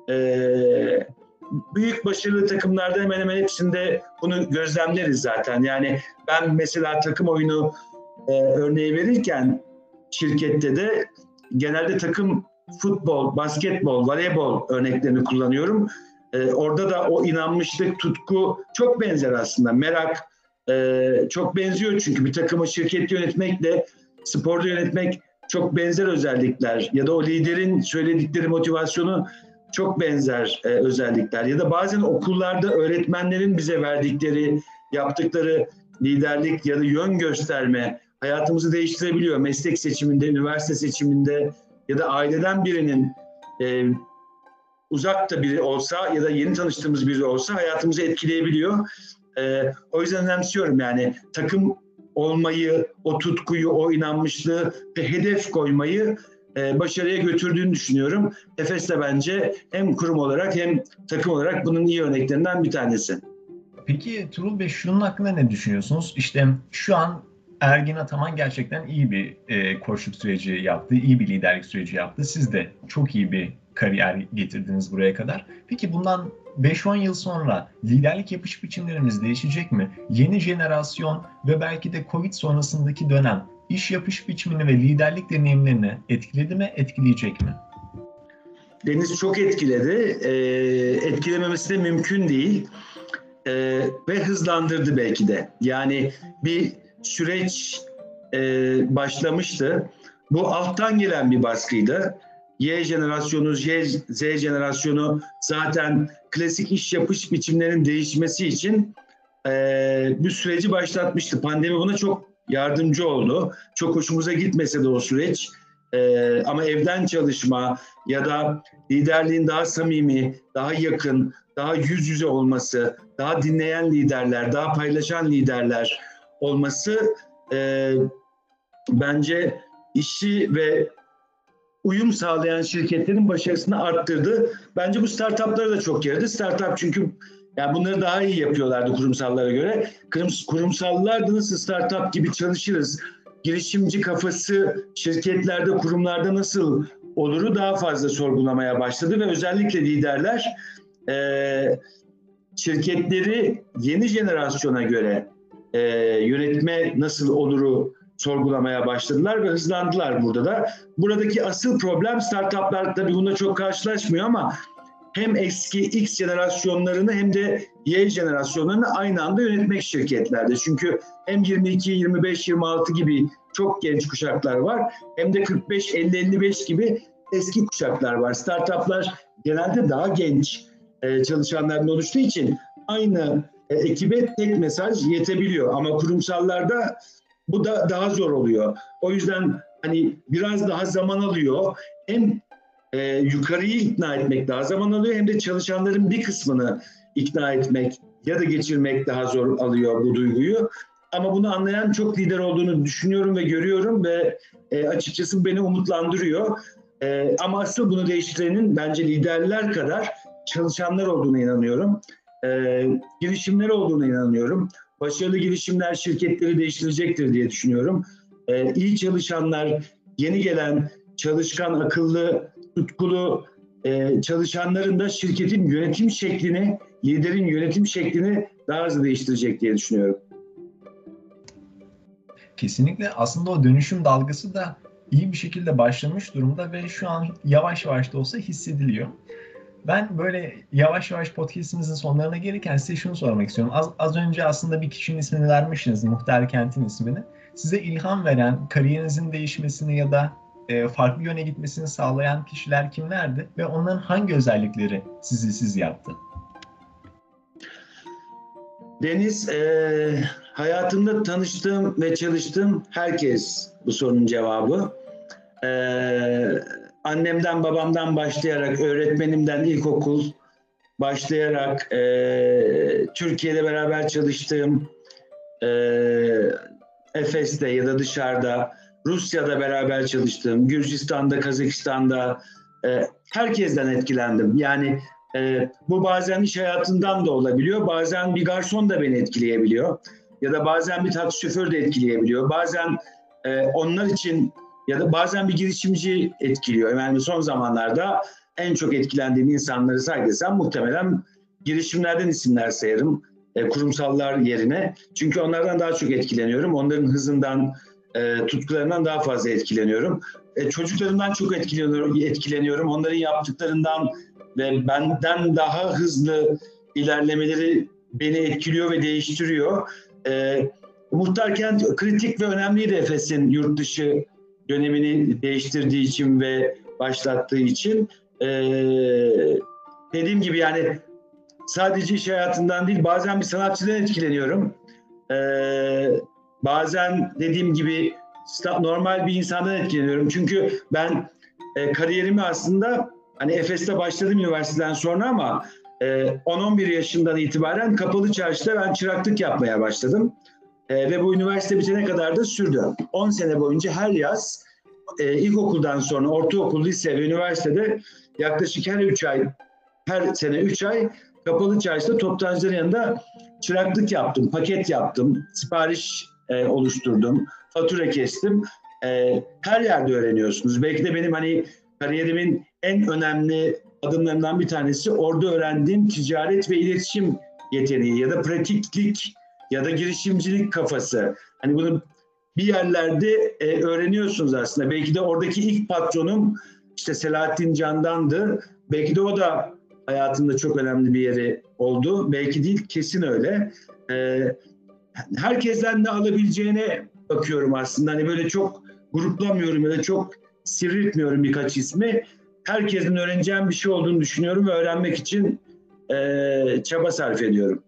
E, büyük başarılı takımlarda hemen hemen hepsinde bunu gözlemleriz zaten. Yani ben mesela takım oyunu e, örneği verirken şirkette de genelde takım futbol, basketbol, voleybol örneklerini kullanıyorum. Ee, orada da o inanmışlık, tutku çok benzer aslında. Merak e, çok benziyor çünkü bir takımı şirkette yönetmekle sporda yönetmek çok benzer özellikler. Ya da o liderin söyledikleri motivasyonu çok benzer e, özellikler. Ya da bazen okullarda öğretmenlerin bize verdikleri, yaptıkları liderlik ya da yön gösterme hayatımızı değiştirebiliyor. Meslek seçiminde, üniversite seçiminde ya da aileden birinin e, uzakta biri olsa ya da yeni tanıştığımız biri olsa hayatımızı etkileyebiliyor. E, o yüzden önemsiyorum yani takım olmayı, o tutkuyu, o inanmışlığı ve hedef koymayı e, başarıya götürdüğünü düşünüyorum. Efes de bence hem kurum olarak hem takım olarak bunun iyi örneklerinden bir tanesi. Peki Tuğrul Bey, şunun hakkında ne düşünüyorsunuz? İşte şu an Ergin Ataman gerçekten iyi bir e, koçluk süreci yaptı, iyi bir liderlik süreci yaptı. Siz de çok iyi bir kariyer getirdiniz buraya kadar. Peki bundan beş on yıl sonra liderlik yapış biçimlerimiz değişecek mi? Yeni jenerasyon ve belki de Covid sonrasındaki dönem iş yapış biçimini ve liderlik deneyimlerini etkiledi mi, etkileyecek mi? Deniz çok etkiledi. E, etkilememesi de mümkün değil. E, ve hızlandırdı belki de. Yani bir süreç e, başlamıştı. Bu alttan gelen bir baskıydı. Y jenerasyonu, Z jenerasyonu zaten klasik iş yapış biçimlerinin değişmesi için e, bir süreci başlatmıştı. Pandemi buna çok yardımcı oldu. Çok hoşumuza gitmese de o süreç. E, ama evden çalışma ya da liderliğin daha samimi, daha yakın, daha yüz yüze olması, daha dinleyen liderler, daha paylaşan liderler olması e, bence işi ve uyum sağlayan şirketlerin başarısını arttırdı. Bence bu startuplara da çok yaradı. Startup çünkü yani bunları daha iyi yapıyorlardı kurumsallara göre. Kurum, kurumsallar da nasıl startup gibi çalışırız, girişimci kafası şirketlerde, kurumlarda nasıl oluru daha fazla sorgulamaya başladı ve özellikle liderler e, şirketleri yeni jenerasyona göre e, yönetme nasıl oluru sorgulamaya başladılar ve hızlandılar burada da. Buradaki asıl problem startuplar tabii bununla çok karşılaşmıyor ama hem eski X jenerasyonlarını hem de Y jenerasyonlarını aynı anda yönetmek şirketlerde. Çünkü hem yirmi iki, yirmi beş, yirmi altı gibi çok genç kuşaklar var. Hem de kırk beş elli elli beş gibi eski kuşaklar var. Startuplar genelde daha genç e, çalışanlardan oluştuğu için aynı e, ekibe tek mesaj yetebiliyor. Ama kurumsallarda bu da daha zor oluyor. O yüzden hani biraz daha zaman alıyor. Hem e, yukarıyı ikna etmek daha zaman alıyor, hem de çalışanların bir kısmını ikna etmek ya da geçirmek daha zor alıyor bu duyguyu. Ama bunu anlayan çok lider olduğunu düşünüyorum ve görüyorum ve e, açıkçası beni umutlandırıyor. E, ama asıl bunu değiştirenin bence liderler kadar çalışanlar olduğuna inanıyorum. E, girişimler olduğuna inanıyorum. Başarılı girişimler şirketleri değiştirecektir diye düşünüyorum. E, iyi çalışanlar, yeni gelen, çalışkan, akıllı, tutkulu e, çalışanların da şirketin yönetim şeklini, liderin yönetim şeklini daha hızlı değiştirecek diye düşünüyorum. Kesinlikle aslında o dönüşüm dalgası da iyi bir şekilde başlamış durumda ve şu an yavaş yavaş da olsa hissediliyor. Ben böyle yavaş yavaş podcastimizin sonlarına gelirken size şunu sormak istiyorum. Az, az önce aslında bir kişinin ismini vermişsiniz, Muhtar Kent'in ismini. Size ilham veren, kariyerinizin değişmesini ya da e, farklı yöne gitmesini sağlayan kişiler kimlerdi? Ve onların hangi özellikleri sizi siz yaptı? Deniz, e, hayatımda tanıştığım ve çalıştığım herkes bu sorunun cevabı. E, annemden, babamdan başlayarak, öğretmenimden ilkokul başlayarak, e, Türkiye'de beraber çalıştığım, e, Efes'te ya da dışarıda, Rusya'da beraber çalıştığım, Gürcistan'da, Kazakistan'da e, herkesten etkilendim. Yani e, bu bazen iş hayatından da olabiliyor, bazen bir garson da beni etkileyebiliyor ya da bazen bir taksi şoförü de etkileyebiliyor, bazen e, onlar için ya da bazen bir girişimci etkiliyor. Yani son zamanlarda en çok etkilendiğim insanları saydısam muhtemelen girişimlerden isimler sayarım. E, kurumsallar yerine. Çünkü onlardan daha çok etkileniyorum. Onların hızından, e, tutkularından daha fazla etkileniyorum. E, çocuklarımdan çok etkileniyorum, etkileniyorum. Onların yaptıklarından ve benden daha hızlı ilerlemeleri beni etkiliyor ve değiştiriyor. E, Muhtar Kent kritik ve önemliydi Efes'in yurt dışı dönemini değiştirdiği için ve başlattığı için. E, dediğim gibi yani sadece iş hayatından değil, bazen bir sanatçıdan etkileniyorum. Ee, bazen dediğim gibi normal bir insandan etkileniyorum. Çünkü ben e, kariyerimi aslında hani Efes'te başladım üniversiteden sonra ama e, on on bir yaşından itibaren Kapalı Çarşı'da ben çıraklık yapmaya başladım. E, ve bu üniversite bitene kadar da sürdü. on sene boyunca her yaz e, ilkokuldan sonra ortaokul, lise ve üniversitede yaklaşık her üç ay, her sene üç ay Kapalı Çarşı'da toptancıların yanında çıraklık yaptım, paket yaptım, sipariş e, oluşturdum, fatura kestim. E, her yerde öğreniyorsunuz. Belki de benim hani kariyerimin en önemli adımlarından bir tanesi orada öğrendiğim ticaret ve iletişim yeteneği ya da pratiklik ya da girişimcilik kafası. Hani bunu bir yerlerde e, öğreniyorsunuz aslında. Belki de oradaki ilk patronum işte Selahattin Candan'dı. Belki de o da hayatımda çok önemli bir yeri oldu. Belki değil, kesin öyle. Ee, herkesten ne alabileceğine bakıyorum aslında. Hani böyle çok gruplamıyorum ya da çok sivriltmiyorum birkaç ismi. Herkesin öğreneceğim bir şey olduğunu düşünüyorum ve öğrenmek için e, çaba sarf ediyorum.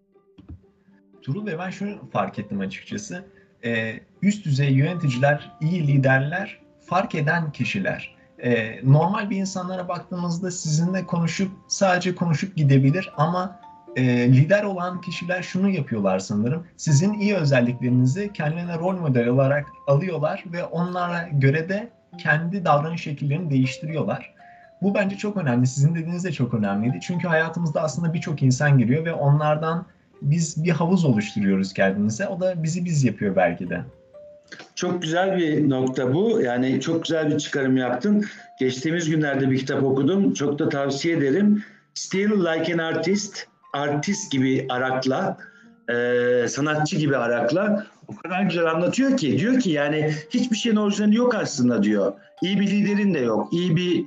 Turul Bey, ben şunu fark ettim açıkçası. Ee, üst düzey yöneticiler, iyi liderler, fark eden kişiler. Ee, normal bir insanlara baktığımızda sizinle konuşup sadece konuşup gidebilir ama e, lider olan kişiler şunu yapıyorlar sanırım. Sizin iyi özelliklerinizi kendilerine rol model olarak alıyorlar ve onlara göre de kendi davranış şekillerini değiştiriyorlar. Bu bence çok önemli. Sizin dediğiniz de çok önemliydi. Çünkü hayatımızda aslında birçok insan giriyor ve onlardan biz bir havuz oluşturuyoruz kendimize. O da bizi biz yapıyor belki de. Çok güzel bir nokta bu. Yani çok güzel bir çıkarım yaptın. Geçtiğimiz günlerde bir kitap okudum. Çok da tavsiye ederim. Still Like an Artist, artist gibi arakla, e, sanatçı gibi arakla. O kadar güzel anlatıyor ki. Diyor ki yani hiçbir şeyin orijinali yok aslında diyor. İyi bir liderin de yok. İyi bir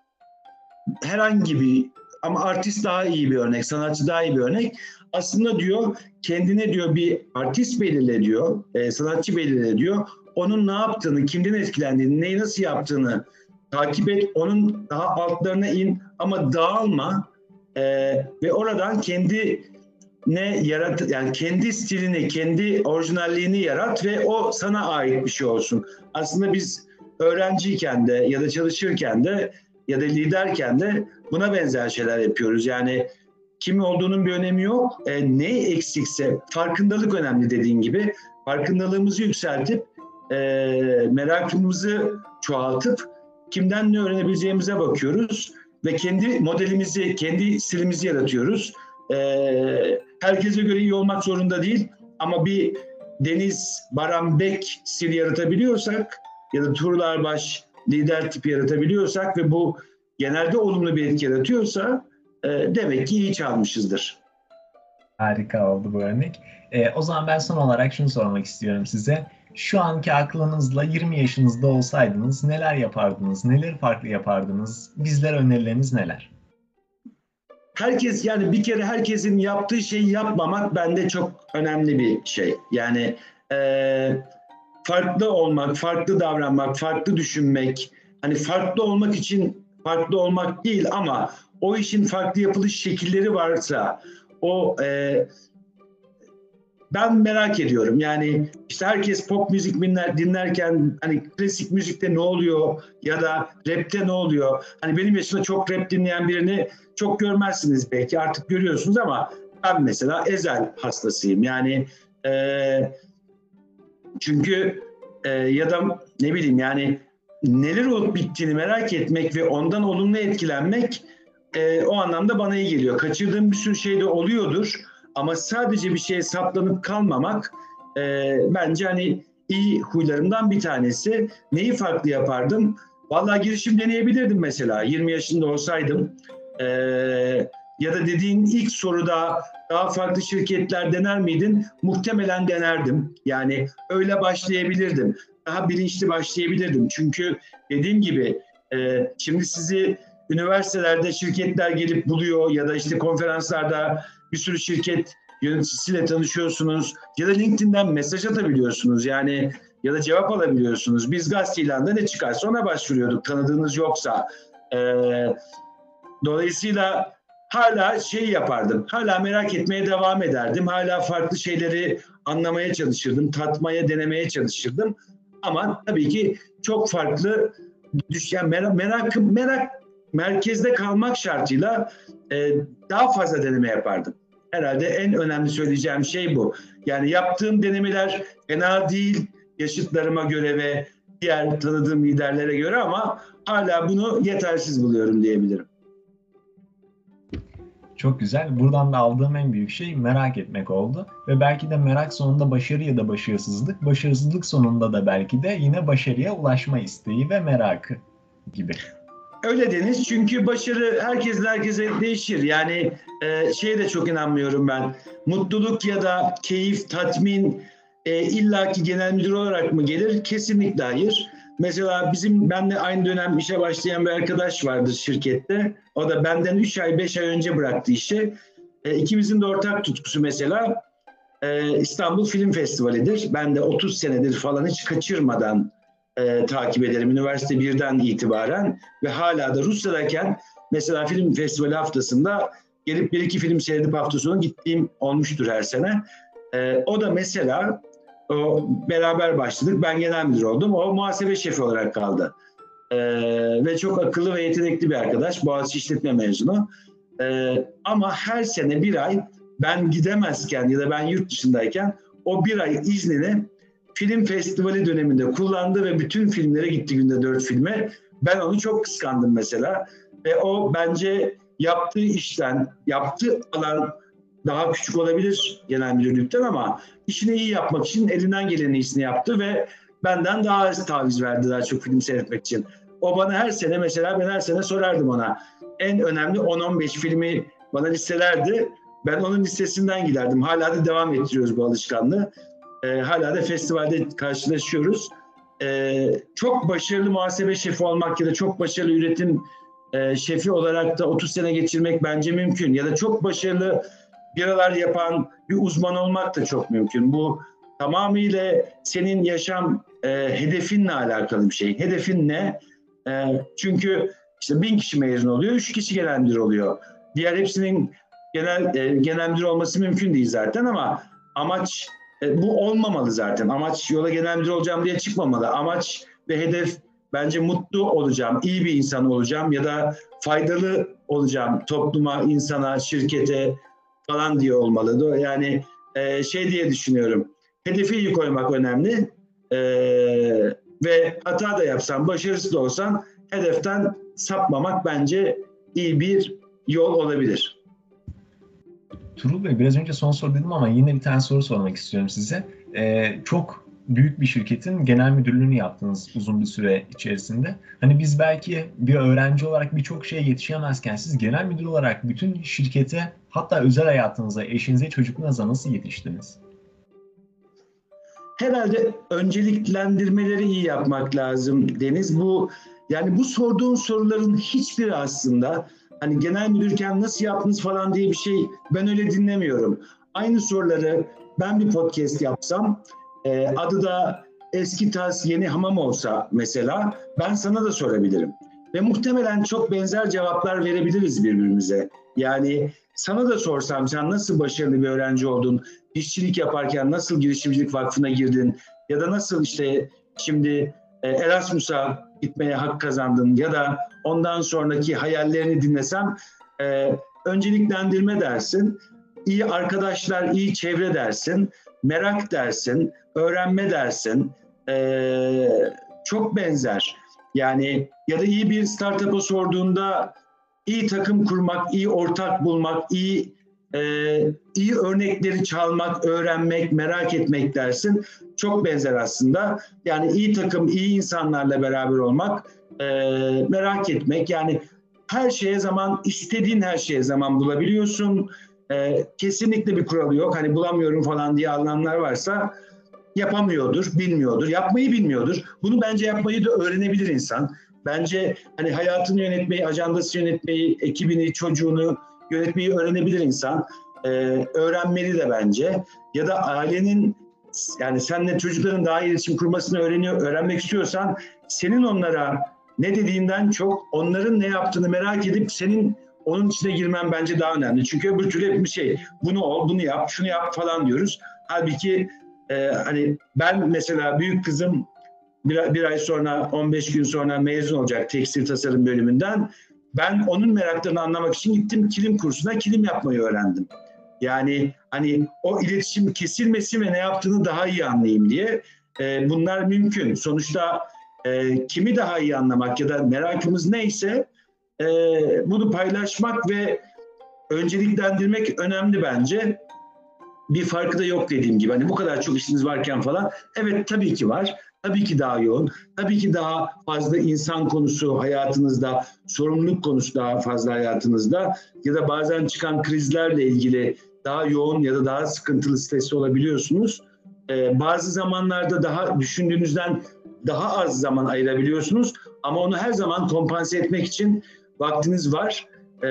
herhangi bir ama artist daha iyi bir örnek, sanatçı daha iyi bir örnek. Aslında diyor kendine diyor bir artist belirle diyor, e, sanatçı belirle diyor. onun ne yaptığını, kimden etkilendiğini, neyi nasıl yaptığını takip et, onun daha altlarına in ama dağılma e, ve oradan kendi ne yarat, yani kendi stilini, kendi orijinalliğini yarat ve o sana ait bir şey olsun. Aslında biz öğrenciyken de ya da çalışırken de ya da liderken de buna benzer şeyler yapıyoruz. Yani kim olduğunun bir önemi yok. E, ne eksikse farkındalık önemli dediğin gibi. Farkındalığımızı yükseltip e, merakımızı çoğaltıp kimden ne öğrenebileceğimize bakıyoruz ve kendi modelimizi, kendi stilimizi yaratıyoruz. E, herkese göre iyi olmak zorunda değil ama bir Deniz Baran Bek stili yaratabiliyorsak ya da Turlar Baş lider tipi yaratabiliyorsak ve bu genelde olumlu bir etki yaratıyorsa e, demek ki iyi çalmışızdır. Harika oldu bu örnek. Ee, o zaman ben son olarak şunu sormak istiyorum size. Şu anki aklınızla yirmi yaşınızda olsaydınız neler yapardınız? Neler farklı yapardınız? Bizlere önerileriniz neler? Herkes, yani bir kere herkesin yaptığı şeyi yapmamak bende çok önemli bir şey. Yani e, farklı olmak, farklı davranmak, farklı düşünmek. Hani farklı olmak için farklı olmak değil ama o işin farklı yapılış şekilleri varsa o e, ben merak ediyorum. Yani işte herkes pop müzik dinler, dinlerken hani klasik müzikte ne oluyor ya da rapte ne oluyor? Hani benim yaşımda çok rap dinleyen birini çok görmezsiniz belki, artık görüyorsunuz ama ben mesela Ezel hastasıyım. Yani e, çünkü e, ya da ne bileyim yani neler olup bittiğini merak etmek ve ondan olumlu etkilenmek e, o anlamda bana iyi geliyor. Kaçırdığım bir sürü şey de oluyordur ama sadece bir şeye saplanıp kalmamak e, bence hani iyi huylarımdan bir tanesi. Neyi farklı yapardım? Vallahi girişim deneyebilirdim mesela yirmi yaşında olsaydım. E, ya da dediğin ilk soruda daha farklı şirketler dener miydin? Muhtemelen denerdim. Yani öyle başlayabilirdim. Daha bilinçli başlayabilirdim. Çünkü dediğim gibi e, şimdi sizi üniversitelerde şirketler gelip buluyor ya da işte konferanslarda bir sürü şirket yöneticisiyle tanışıyorsunuz ya da LinkedIn'den mesaj atabiliyorsunuz. Yani ya da cevap alabiliyorsunuz. Biz gazete ilanında ne çıkarsa ona başvuruyorduk tanıdığınız yoksa. E, dolayısıyla hala şey yapardım, hala merak etmeye devam ederdim, hala farklı şeyleri anlamaya çalışırdım, tatmaya, denemeye çalışırdım. Ama tabii ki çok farklı, yani merak, merak, merak merkezde kalmak şartıyla e, daha fazla deneme yapardım. Herhalde en önemli söyleyeceğim şey bu. Yani yaptığım denemeler fena değil yaşıtlarıma göre ve diğer tanıdığım liderlere göre ama hala bunu yetersiz buluyorum diyebilirim. Çok güzel. Buradan da aldığım en büyük şey merak etmek oldu. Ve belki de merak sonunda başarı ya da başarısızlık, başarısızlık sonunda da belki de yine başarıya ulaşma isteği ve merakı gibi. Öyle Deniz, çünkü başarı herkesten herkese değişir. Yani e, şeye de çok inanmıyorum ben. Mutluluk ya da keyif, tatmin e, illaki genel müdür olarak mı gelir? Kesinlikle hayır. Mesela bizim benle aynı dönem işe başlayan bir arkadaş vardır şirkette. O da benden üç ay beş ay önce bıraktı işi. E, ikimizin de ortak tutkusu mesela e, İstanbul Film Festivali'dir. Ben de otuz senedir falan hiç kaçırmadan e, takip ederim üniversite birden itibaren ve hala da Rusya'dayken mesela film festivali haftasında gelip bir iki film seyredip hafta sonu gittiğim olmuştur her sene. E, o da mesela o beraber başladık. Ben genel müdür oldum. O muhasebe şefi olarak kaldı. E, ve çok akıllı ve yetenekli bir arkadaş. Boğaziçi İşletme mezunu. E, ama her sene bir ay ben gidemezken ya da ben yurt dışındayken o bir ay iznini film festivali döneminde kullandı ve bütün filmlere gitti, günde dört filme. Ben onu çok kıskandım mesela. Ve o bence yaptığı işten, yaptığı alan daha küçük olabilir genel müdürlükten ama işini iyi yapmak için elinden gelen iyisini yaptı ve benden daha az taviz verdi daha çok film seyretmek için. O bana her sene mesela ben her sene sorardım ona. En önemli on on beş filmi bana listelerdi. Ben onun listesinden giderdim. Hala da devam ettiriyoruz bu alışkanlığı. E, hala da festivalde karşılaşıyoruz. E, çok başarılı muhasebe şefi olmak ya da çok başarılı üretim e, şefi olarak da otuz sene geçirmek bence mümkün. Ya da çok başarılı biralar yapan bir uzman olmak da çok mümkün. Bu tamamıyla senin yaşam e, hedefinle alakalı bir şey. Hedefin ne? E, çünkü işte bin kişi mezun oluyor, üç kişi genel müdür oluyor. Diğer hepsinin genel e, genel müdür olması mümkün değil zaten ama amaç e, bu olmamalı zaten. Amaç yola genel müdür olacağım diye çıkmamalı. Amaç ve hedef bence mutlu olacağım, iyi bir insan olacağım ya da faydalı olacağım topluma, insana, şirkete falan diye olmalı. Yani e, şey diye düşünüyorum. Hedefi iyi koymak önemli. E, ve hata da yapsan, başarısız da olsan hedeften sapmamak bence iyi bir yol olabilir. Tuğrul Bey, biraz önce son soru dedim ama yine bir tane soru sormak istiyorum size. Ee, çok büyük bir şirketin genel müdürlüğünü yaptınız uzun bir süre içerisinde. Hani biz belki bir öğrenci olarak birçok şeye yetişemezken siz genel müdür olarak bütün şirkete, hatta özel hayatınıza, eşinize, çocuklarınıza nasıl yetiştiniz? Herhalde önceliklendirmeleri iyi yapmak lazım Deniz. Bu yani bu sorduğun soruların hiçbiri aslında hani genel müdürken nasıl yaptınız falan diye bir şey ben öyle dinlemiyorum. Aynı soruları ben bir podcast yapsam e, adı da Eski Tas Yeni Hamam olsa mesela ben sana da sorabilirim. Ve muhtemelen çok benzer cevaplar verebiliriz birbirimize. Yani sana da sorsam sen nasıl başarılı bir öğrenci oldun, işçilik yaparken nasıl girişimcilik vakfına girdin ya da nasıl işte şimdi Erasmus'a gitmeye hak kazandın ya da ondan sonraki hayallerini dinlesem e, önceliklendirme dersin, iyi arkadaşlar, iyi çevre dersin, merak dersin, öğrenme dersin, e, çok benzer. Yani ya da iyi bir startup'a sorduğunda iyi takım kurmak, iyi ortak bulmak, iyi e, iyi örnekleri çalmak, öğrenmek, merak etmek dersin. Çok benzer aslında. Yani iyi takım, iyi insanlarla beraber olmak, e, merak etmek. Yani her şeye zaman, istediğin her şeye zaman bulabiliyorsun. E, kesinlikle bir kuralı yok. Hani bulamıyorum falan diye alanlar varsa yapamıyordur, bilmiyordur, yapmayı bilmiyordur. Bunu bence yapmayı da öğrenebilir insan. Bence hani hayatını yönetmeyi, ajandası yönetmeyi, ekibini, çocuğunu yönetmeyi öğrenebilir insan. Ee, öğrenmeli de bence. Ya da ailenin yani seninle çocukların daha iyi iletişim kurmasını öğreniyor, öğrenmek istiyorsan senin onlara ne dediğinden çok onların ne yaptığını merak edip senin onun içine girmen bence daha önemli. Çünkü öbür türlü hep bir şey, bunu ol, bunu yap, şunu yap falan diyoruz. Halbuki e, hani ben mesela büyük kızım bir, bir ay sonra, on beş gün sonra mezun olacak tekstil tasarım bölümünden. Ben onun meraklarını anlamak için gittim kilim kursuna, kilim yapmayı öğrendim. Yani hani o iletişim kesilmesin ve ne yaptığını daha iyi anlayayım diye. E, bunlar mümkün. Sonuçta e, kimi daha iyi anlamak ya da merakımız neyse e, bunu paylaşmak ve önceliklendirmek önemli bence. Bir farkı da yok dediğim gibi. Hani bu kadar çok işiniz varken falan. Evet tabii ki var. Tabii ki daha yoğun. Tabii ki daha fazla insan konusu hayatınızda, sorumluluk konusu daha fazla hayatınızda ya da bazen çıkan krizlerle ilgili daha yoğun ya da daha sıkıntılı, stresli olabiliyorsunuz. Ee, bazı zamanlarda daha düşündüğünüzden daha az zaman ayırabiliyorsunuz ama onu her zaman kompanse etmek için vaktiniz var.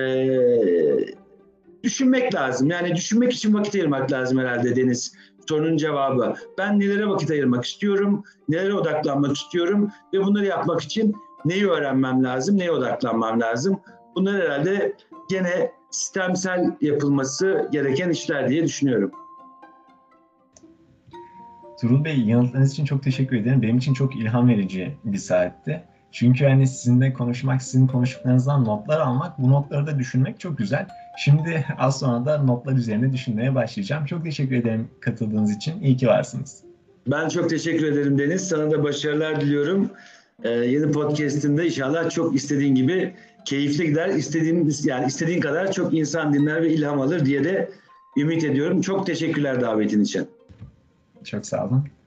Ee, Düşünmek lazım. Yani düşünmek için vakit ayırmak lazım herhalde Deniz. Sorunun cevabı. Ben nelere vakit ayırmak istiyorum, nelere odaklanmak istiyorum ve bunları yapmak için neyi öğrenmem lazım, neye odaklanmam lazım. Bunlar herhalde gene sistemsel yapılması gereken işler diye düşünüyorum. Tuğrul Bey, yanıtlarınız için çok teşekkür ederim. Benim için çok ilham verici bir saatti. Çünkü hani sizinle konuşmak, sizin konuştuklarınızdan notlar almak, bu notları da düşünmek çok güzel. Şimdi az sonra da notlar üzerine düşünmeye başlayacağım. Çok teşekkür ederim katıldığınız için. İyi ki varsınız. Ben çok teşekkür ederim Deniz. Sana da başarılar diliyorum. Ee, yeni podcast'inde inşallah çok istediğin gibi keyifli gider. İstediğin, yani istediğin kadar çok insan dinler ve ilham alır diye de ümit ediyorum. Çok teşekkürler davetin için. Çok sağ olun.